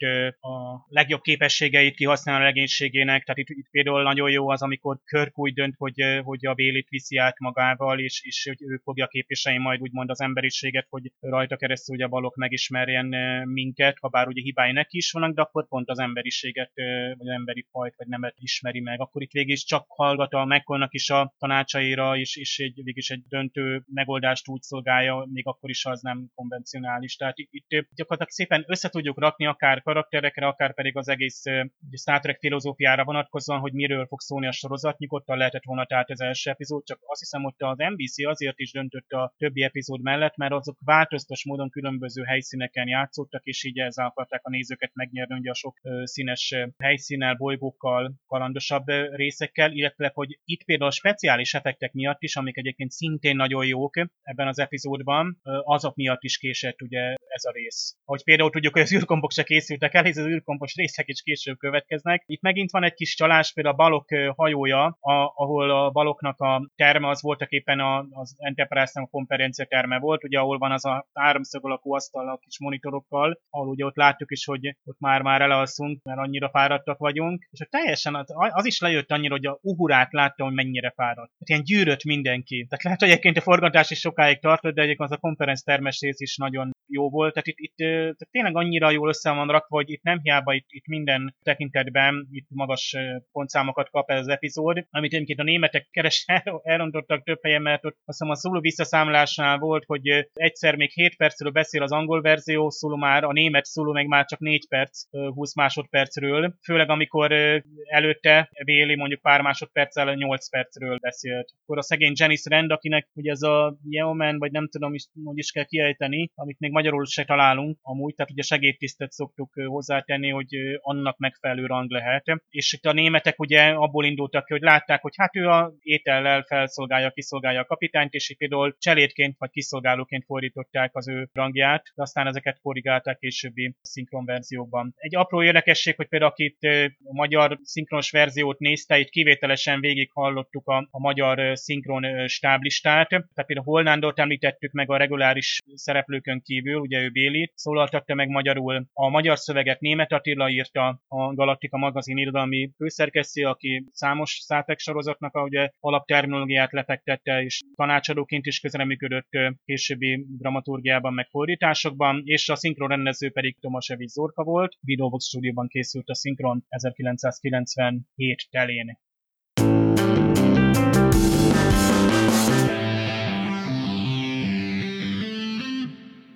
Speaker 7: a legjobb képességeit kihasználni a legénységének, tehát itt, itt például nagyon jó az, amikor Kirk úgy dönt, hogy, hogy a Baileys viszi át magával, és, és hogy ő fogja képviselni majd úgymond az emberiséget, hogy rajta keresztül ugye a Balok megismerjen minket, ha bár ugye hibái neki is vannak, de akkor pont az emberiséget, vagy az emberi fajt, vagy nemet ismeri meg. Akkor itt végig is csak hallgat a McCoynak is a tanácsaira, és, és egy, végig is egy döntő megoldást úgy szolgálja, még akkor is, ha az nem konvencionális. Tehát itt, itt gyakorlatilag szépen össze tudjuk rakni akár karakterekre, akár pedig az egész ugye Star Trek filozófiára vonatkozóan, hogy miről fog szólni a sorozat. Nyugodtan lehetett volna tehát az első epizód, csak azt hiszem, hogy az en bé cé azért is döntött a többi epizód mellett, mert azok változtas módon különböző helyszíneken játszottak, és így ezzel akarták a nézőket megnyerni, ugye a sok ö, színes helyszínnel, bolygókkal, kalandosabb ö, részekkel, illetve hogy itt például a speciális effektek miatt is, amik egyébként szintén nagyon jók ebben az epizódban, ö, azok miatt is késett ugye ez a rész. Ahogy például tudjuk, hogy az űrkompok se készültek el, és az űrkompos részek is később következnek. Itt megint van egy kis csalás, például a Balok hajója, a, ahol a Baloknak a terme az voltak éppen a, az Enterprise-nak a konferencia terme volt, ugye ahol van az a háromszög alakú asztal a kis monitorokkal, ahol ugye ott láttuk is, hogy ott már-már elalszunk, mert annyira fáradtak vagyunk, és teljesen az, az is lejött annyira, hogy a Uhurát látta, hogy mennyire fáradt. Tehát ilyen gyűrött mindenki. Tehát lehet, hogy egyébként a forgatás is sokáig tartott, de egyébként az a konferenc termes rész is nagyon jó volt. Tehát itt, itt tehát tényleg annyira jól össze van rakva, hogy itt nem hiába itt, itt minden tekintetben itt magas pontszámokat kap ez az epizód, amit egyébként a németek keres elrontottak több helyen, mert ott azt hiszem a Zulu visszaszámlásnál volt, hogy egyszer még hét percről beszél az angol verzió, Zulu már, a német Zulu meg már csak négy perc, húsz másodpercről, főleg amikor előtte Bailey mondjuk pár másodperccel nyolc percről beszélt. Akkor a szegény Janice Rand, akinek ugye ez a Yeoman, vagy nem tudom is, hogy is kell kiejteni, amit még magyarul se találunk amúgy, tehát ugye segédtisztet szoktuk hozzátenni, hogy annak megfelelő rang lehet. És itt a németek ugye abból indultak ki, hogy látták, hogy hát ő a étellel felszolgálja, kiszolgálja a kapitányt, és itt például cselédként vagy kiszolgálóként fordították az ő rangját, de aztán ezeket korrigálták későbbi szinkron verziókban. Egy apró érdekesség, hogy például akit a magyar szinkronos verziót nézte, itt kivételesen végig hallottuk a, a magyar szinkron stáblistát, tehát például Holnándort említettük meg a reguláris szereplőkön kívül, ugye ő Bailey, szólaltatta meg magyarul. A magyar szöveget Németh Attila írta, a Galaktika magazin irodalmi főszerkesztő, aki számos Star Trek sorozatnak a ugye alapterminológiát lefektette, és tanácsadóként is közreműködött későbbi dramaturgiában, meg fordításokban, és a szinkronrendező pedig Tomasevic Zorka volt. Videobox stúdióban készült a szinkron ezerkilencszázkilencvenhét telén.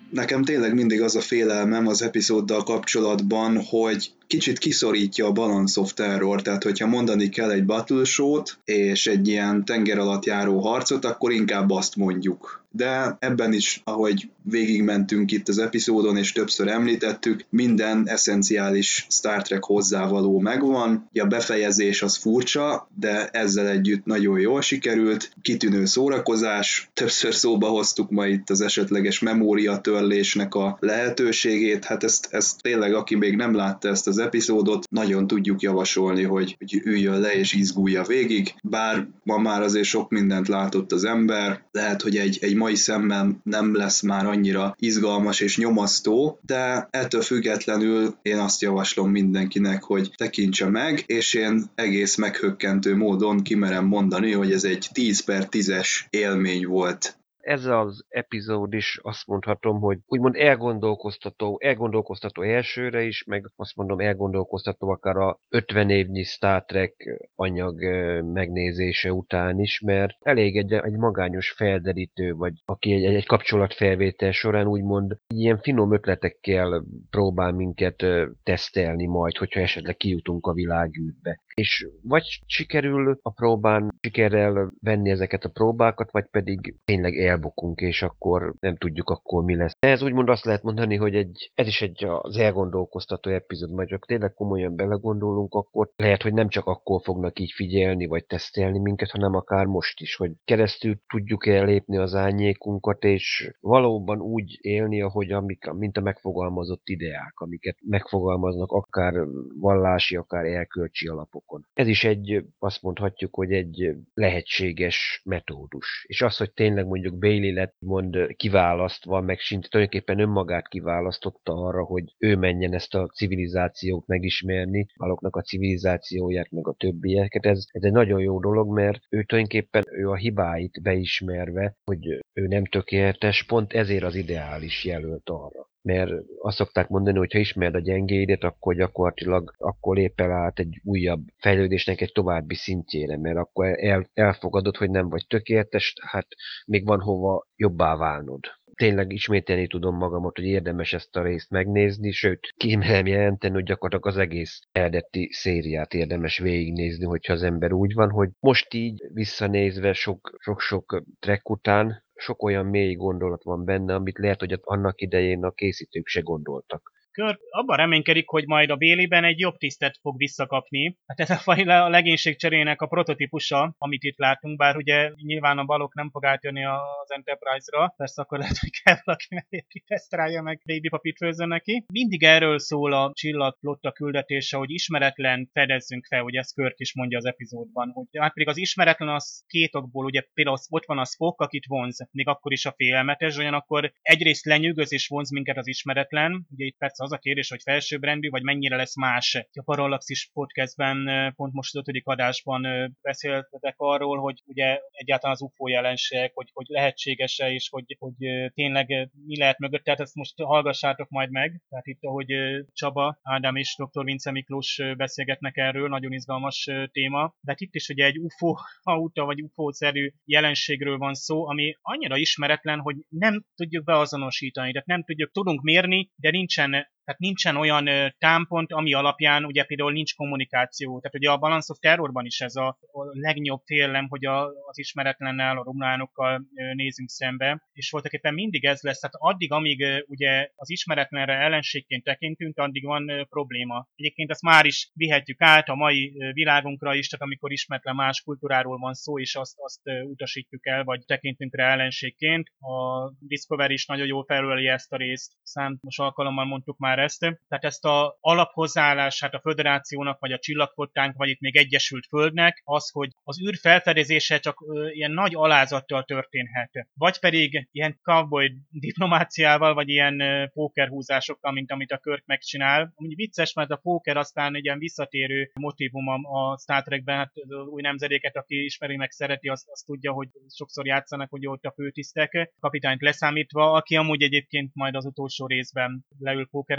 Speaker 4: Nekem tényleg mindig az a félelmem az epizóddal kapcsolatban, hogy kicsit kiszorítja a Balance of Terror, tehát hogyha mondani kell egy battle show-t és egy ilyen tenger alatt járó harcot, akkor inkább azt mondjuk. De ebben is, ahogy végigmentünk itt az epizódon, és többször említettük, minden eszenciális Star Trek hozzávaló megvan. A befejezés az furcsa, de ezzel együtt nagyon jól sikerült. Kitűnő szórakozás, többször szóba hoztuk ma itt az esetleges memóriatörlésnek a lehetőségét. Hát ezt, ezt tényleg, aki még nem látta ezt az epizódot, nagyon tudjuk javasolni, hogy, hogy üljön le és izgulja végig. Bár ma már azért sok mindent látott az ember, lehet, hogy egy, egy mai szemmel nem lesz már annyira izgalmas és nyomasztó, de ettől függetlenül én azt javaslom mindenkinek, hogy tekintse meg, és én egész meghökkentő módon kimerem mondani, hogy ez egy tíz per tízes élmény volt.
Speaker 5: Ez az epizód is azt mondhatom, hogy úgymond elgondolkoztató, elgondolkoztató elsőre is, meg azt mondom elgondolkoztató akár a ötven évnyi Star Trek anyag megnézése után is, mert elég egy, egy magányos felderítő, vagy aki egy, egy kapcsolatfelvétel során úgymond ilyen finom ötletekkel próbál minket tesztelni majd, hogyha esetleg kijutunk a világűrbe. És vagy sikerül a próbán sikerrel venni ezeket a próbákat, vagy pedig tényleg elbukunk, és akkor nem tudjuk akkor mi lesz. Ez úgymond azt lehet mondani, hogy egy, ez is egy az elgondolkoztató epizód, majd csak tényleg komolyan belegondolunk, akkor lehet, hogy nem csak akkor fognak így figyelni, vagy tesztelni minket, hanem akár most is, hogy keresztül tudjuk elépni az árnyékunkat, és valóban úgy élni, ahogy amik, mint a megfogalmazott ideák, amiket megfogalmaznak akár vallási, akár erkölcsi alapok. Ez is egy, azt mondhatjuk, hogy egy lehetséges metódus. És az, hogy tényleg mondjuk Bailey lett mond kiválasztva, meg szinte tulajdonképpen önmagát kiválasztotta arra, hogy ő menjen ezt a civilizációt megismerni, aloknak a civilizációját, meg a többieket. Ez, ez egy nagyon jó dolog, mert ő tulajdonképpen ő a hibáit beismerve, hogy ő nem tökéletes, pont ezért az ideális jelölt arra. Mert azt szokták mondani, hogy ha ismered a gyengéidet, akkor gyakorlatilag akkor lép el át egy újabb fejlődésnek egy további szintjére, mert akkor el, elfogadod, hogy nem vagy tökéletes, hát még van hova jobbá válnod. Tényleg ismételni tudom magamat, hogy érdemes ezt a részt megnézni, sőt, kimerem jelenteni, hogy gyakorlatilag az egész eredeti szériát érdemes végignézni, hogyha az ember úgy van, hogy most így visszanézve sok-sok Trek után, sok olyan mély gondolat van benne, amit lehet, hogy annak idején a készítők se gondoltak.
Speaker 7: Kirk abban reménykedik, hogy majd a Baileyben egy jobb tisztet fog visszakapni. Hát ez a fajta a legénység cserének a prototípusa, amit itt látunk, bár ugye nyilván a Balok nem fog átjönni az Enterprise-ra, persze akkor lehet, hogy kell valaki, mert tesztrálja meg Baby Papit főzzön neki. Mindig erről szól a csillagflotta küldetése, hogy ismeretlen fedezzünk fel, hogy ezt Kirk is mondja az epizódban, hogy hát pedig az ismeretlen az két okból, ugye például ott van a Spock, akit vonz, még akkor is a félelmetes, ugyanakkor egyrészt lenyűgöz és vonz minket az ismeretlen, ugye itt persze az a kérdés, hogy felsőbbrendű, vagy mennyire lesz más. A Parallaxis podcastben, pont most az ötödik adásban beszéltetek arról, hogy ugye egyáltalán az u f o jelenség, hogy, hogy lehetséges-e, és hogy, hogy tényleg mi lehet mögött. Tehát ezt most hallgassátok majd meg. Tehát itt, ahogy Csaba, Ádám és doktor Vince Miklós beszélgetnek erről, nagyon izgalmas téma. De itt is ugye egy u f o auta, vagy u f o-szerű jelenségről van szó, ami annyira ismeretlen, hogy nem tudjuk beazonosítani, tehát nem tudjuk, tudunk mérni, de nincsen Tehát nincsen olyan ö, támpont, ami alapján ugye például nincs kommunikáció. Tehát ugye a Balance of Terrorban is ez a, a legnagyobb félelem, hogy a, az ismeretlennel, a romlánokkal ö, nézünk szembe, és voltak éppen mindig ez lesz. Tehát addig, amíg ö, ugye az ismeretlenre ellenségként tekintünk, addig van ö, probléma. Egyébként ezt már is vihetjük át a mai ö, világunkra is, tehát amikor ismeretlen más kultúráról van szó, és azt, azt ö, utasítjuk el, vagy tekintünk rá ellenségként. A Discovery is nagyon jól felöleli ezt a részt. Számos alkalommal mondtuk már ezt. Tehát ezt a alaphozzáállását a föderációnak, vagy a csillagflottánk, vagy itt még Egyesült Földnek, az, hogy az űr felfedezése csak ö, ilyen nagy alázattal történhet. Vagy pedig ilyen cowboy diplomáciával, vagy ilyen ö, pókerhúzásokkal, mint amit a Kirk megcsinál. Úgy vicces, mert a póker aztán egy ilyen visszatérő motívum a Star Trekben, hát az új nemzedéket, aki ismeri meg szereti, azt, azt tudja, hogy sokszor játszanak, hogy ott a főtisztek, kapitányt leszámítva, aki amúgy egyébként majd az utolsó részben leül pókerezni.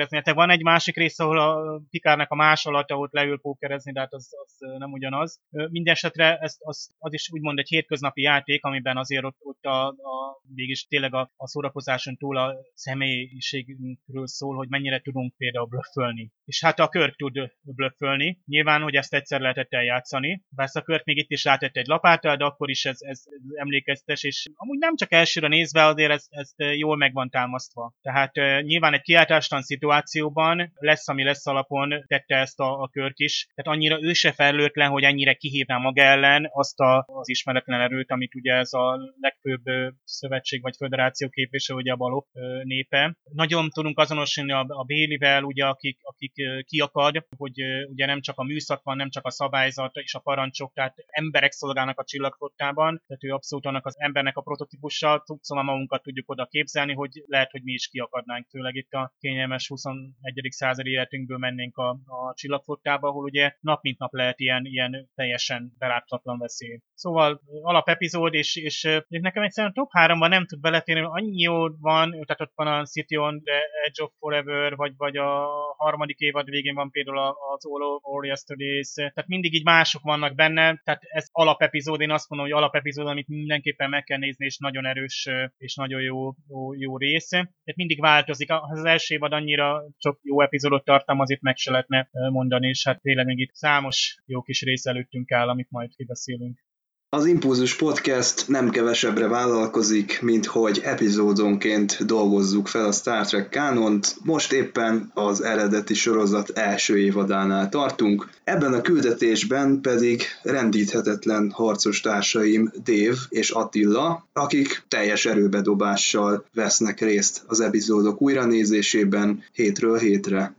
Speaker 7: pókerezni. Tehát van egy másik rész, ahol a Picardnak a másolata ott leül pókerezni, de hát az, az nem ugyanaz. Mindenesetre ez, az, az is úgymond egy hétköznapi játék, amiben azért ott, ott a, a, végig tényleg a, a szórakozáson túl a személyiségről szól, hogy mennyire tudunk például blöffölni. És hát a Kirk tud blöffölni. Nyilván, hogy ezt egyszer lehetett eljátszani. Persze a Kirk még itt is rátett egy lapáttal, de akkor is ez, ez, ez emlékeztes, és amúgy nem csak elsőre nézve, azért ez, ez jól meg van támasztva. Tehát uh, nyilván egy kiáltástalan szituációban lesz, ami lesz alapon tette ezt a, a Kirk is. Tehát annyira ő se felelőtlen, hogy ennyire kihívná maga ellen azt a, az ismeretlen erőt, amit ugye ez a legfőbb uh, szövetség vagy föderáció képvisel, ugye a Balog uh, népe. Nagyon tudunk azonosulni a, a Bailey-vel, ugye, akik, akik uh, kiakad, hogy uh, ugye nem csak a műszak van, nem csak a szabályzat és a parancsok, tehát emberek szolgálnak a csillagflottában, tehát ő abszolút annak az embernek a prototípussal, szóval magunkat tudjuk oda képzelni, hogy lehet, hogy mi is kiakadnánk, főleg itt a kényelmes huszonegyedik századi életünkből mennénk a, a csillagflottába, ahol ugye nap mint nap lehet ilyen, ilyen teljesen beláthatatlan veszély. Szóval alapepizód, és, és, és nekem egyszerűen a top háromban nem tud beleférni, annyi jó van, tehát ott van a City on the Edge of Forever, vagy, vagy a harmadik évad végén van például az All Over Yesterdays, tehát mindig így mások vannak benne, tehát ez alapepizód, én azt mondom, hogy alapepizód, amit mindenképpen meg kell nézni, és nagyon erős, és nagyon jó, jó, jó rész. Tehát mindig változik, az első évad annyira sok jó epizódot tartalmaz, itt meg se lehetne mondani, és hát tényleg még itt számos jó kis rész előttünk áll, amit majd kibeszélünk.
Speaker 4: Az Impulzus Podcast nem kevesebbre vállalkozik, mint hogy epizódonként dolgozzuk fel a Star Trek kánont. Most éppen az eredeti sorozat első évadánál tartunk. Ebben a küldetésben pedig rendíthetetlen harcos társaim Dave és Attila, akik teljes erőbedobással vesznek részt az epizódok újranézésében hétről hétre.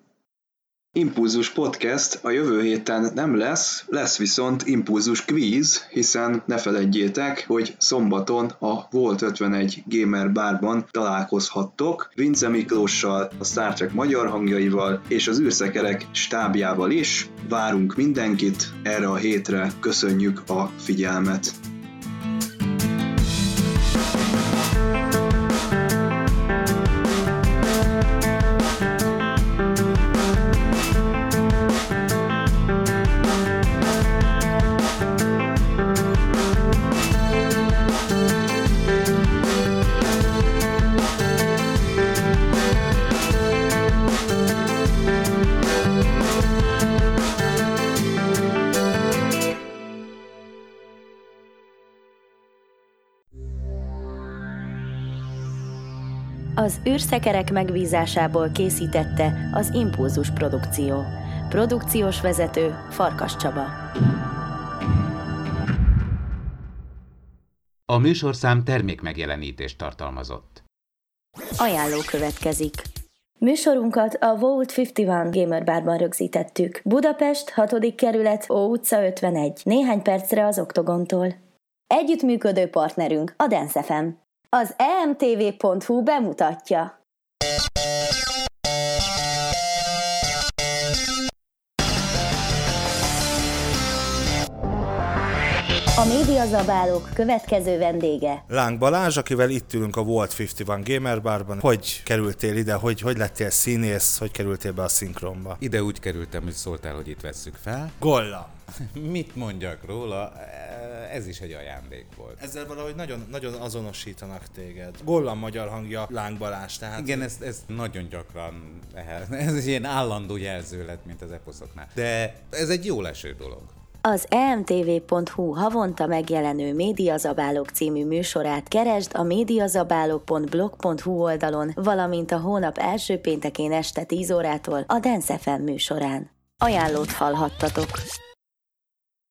Speaker 4: Impulzus Podcast a jövő héten nem lesz, lesz viszont Impulzus Quiz, hiszen ne feledjétek, hogy szombaton a Volt ötvenegy Gamer Barban találkozhattok Vince Miklóssal, a Star Trek magyar hangjaival és az űrszekerek stábjával is. Várunk mindenkit erre a hétre, köszönjük a figyelmet!
Speaker 2: Az űrszekerek megbízásából készítette az Impulzus Produkció. Produkciós vezető Farkas Csaba.
Speaker 1: A műsorszám termékmegjelenítést tartalmazott.
Speaker 2: Ajánló következik. Műsorunkat a Vault ötvenegy Gamer Barban rögzítettük. Budapest, hatodik kerület, Ó utca ötvenegy, néhány percre az Oktogontól. Együttműködő partnerünk a Dance ef em. Az e em té vé pont hú bemutatja. A médiazabálók következő vendége.
Speaker 6: Láng Balázs, akivel itt ülünk a Vault ötvenegy Gamer Barban. Hogy kerültél ide? Hogy, hogy lettél színész? Hogy kerültél be a szinkronba?
Speaker 1: Ide úgy kerültem, hogy szóltál, hogy itt vesszük fel.
Speaker 6: Gollam.
Speaker 1: Mit mondjak róla? Ez is egy ajándék volt.
Speaker 6: Ezzel valahogy nagyon, nagyon azonosítanak téged. Gollam magyar hangja, Láng Balázs, tehát...
Speaker 1: Igen, ez, ez nagyon gyakran, ez egy ilyen állandó jelző lett, mint az eposzoknál. De ez egy jól eső dolog.
Speaker 2: Az e em té vé pont hú havonta megjelenő Médiazabálók című műsorát keresd a médiazabálók pont blog pont hú oldalon, valamint a hónap első péntekén este tíz órától a Dance ef em műsorán. Ajánlót hallhattatok.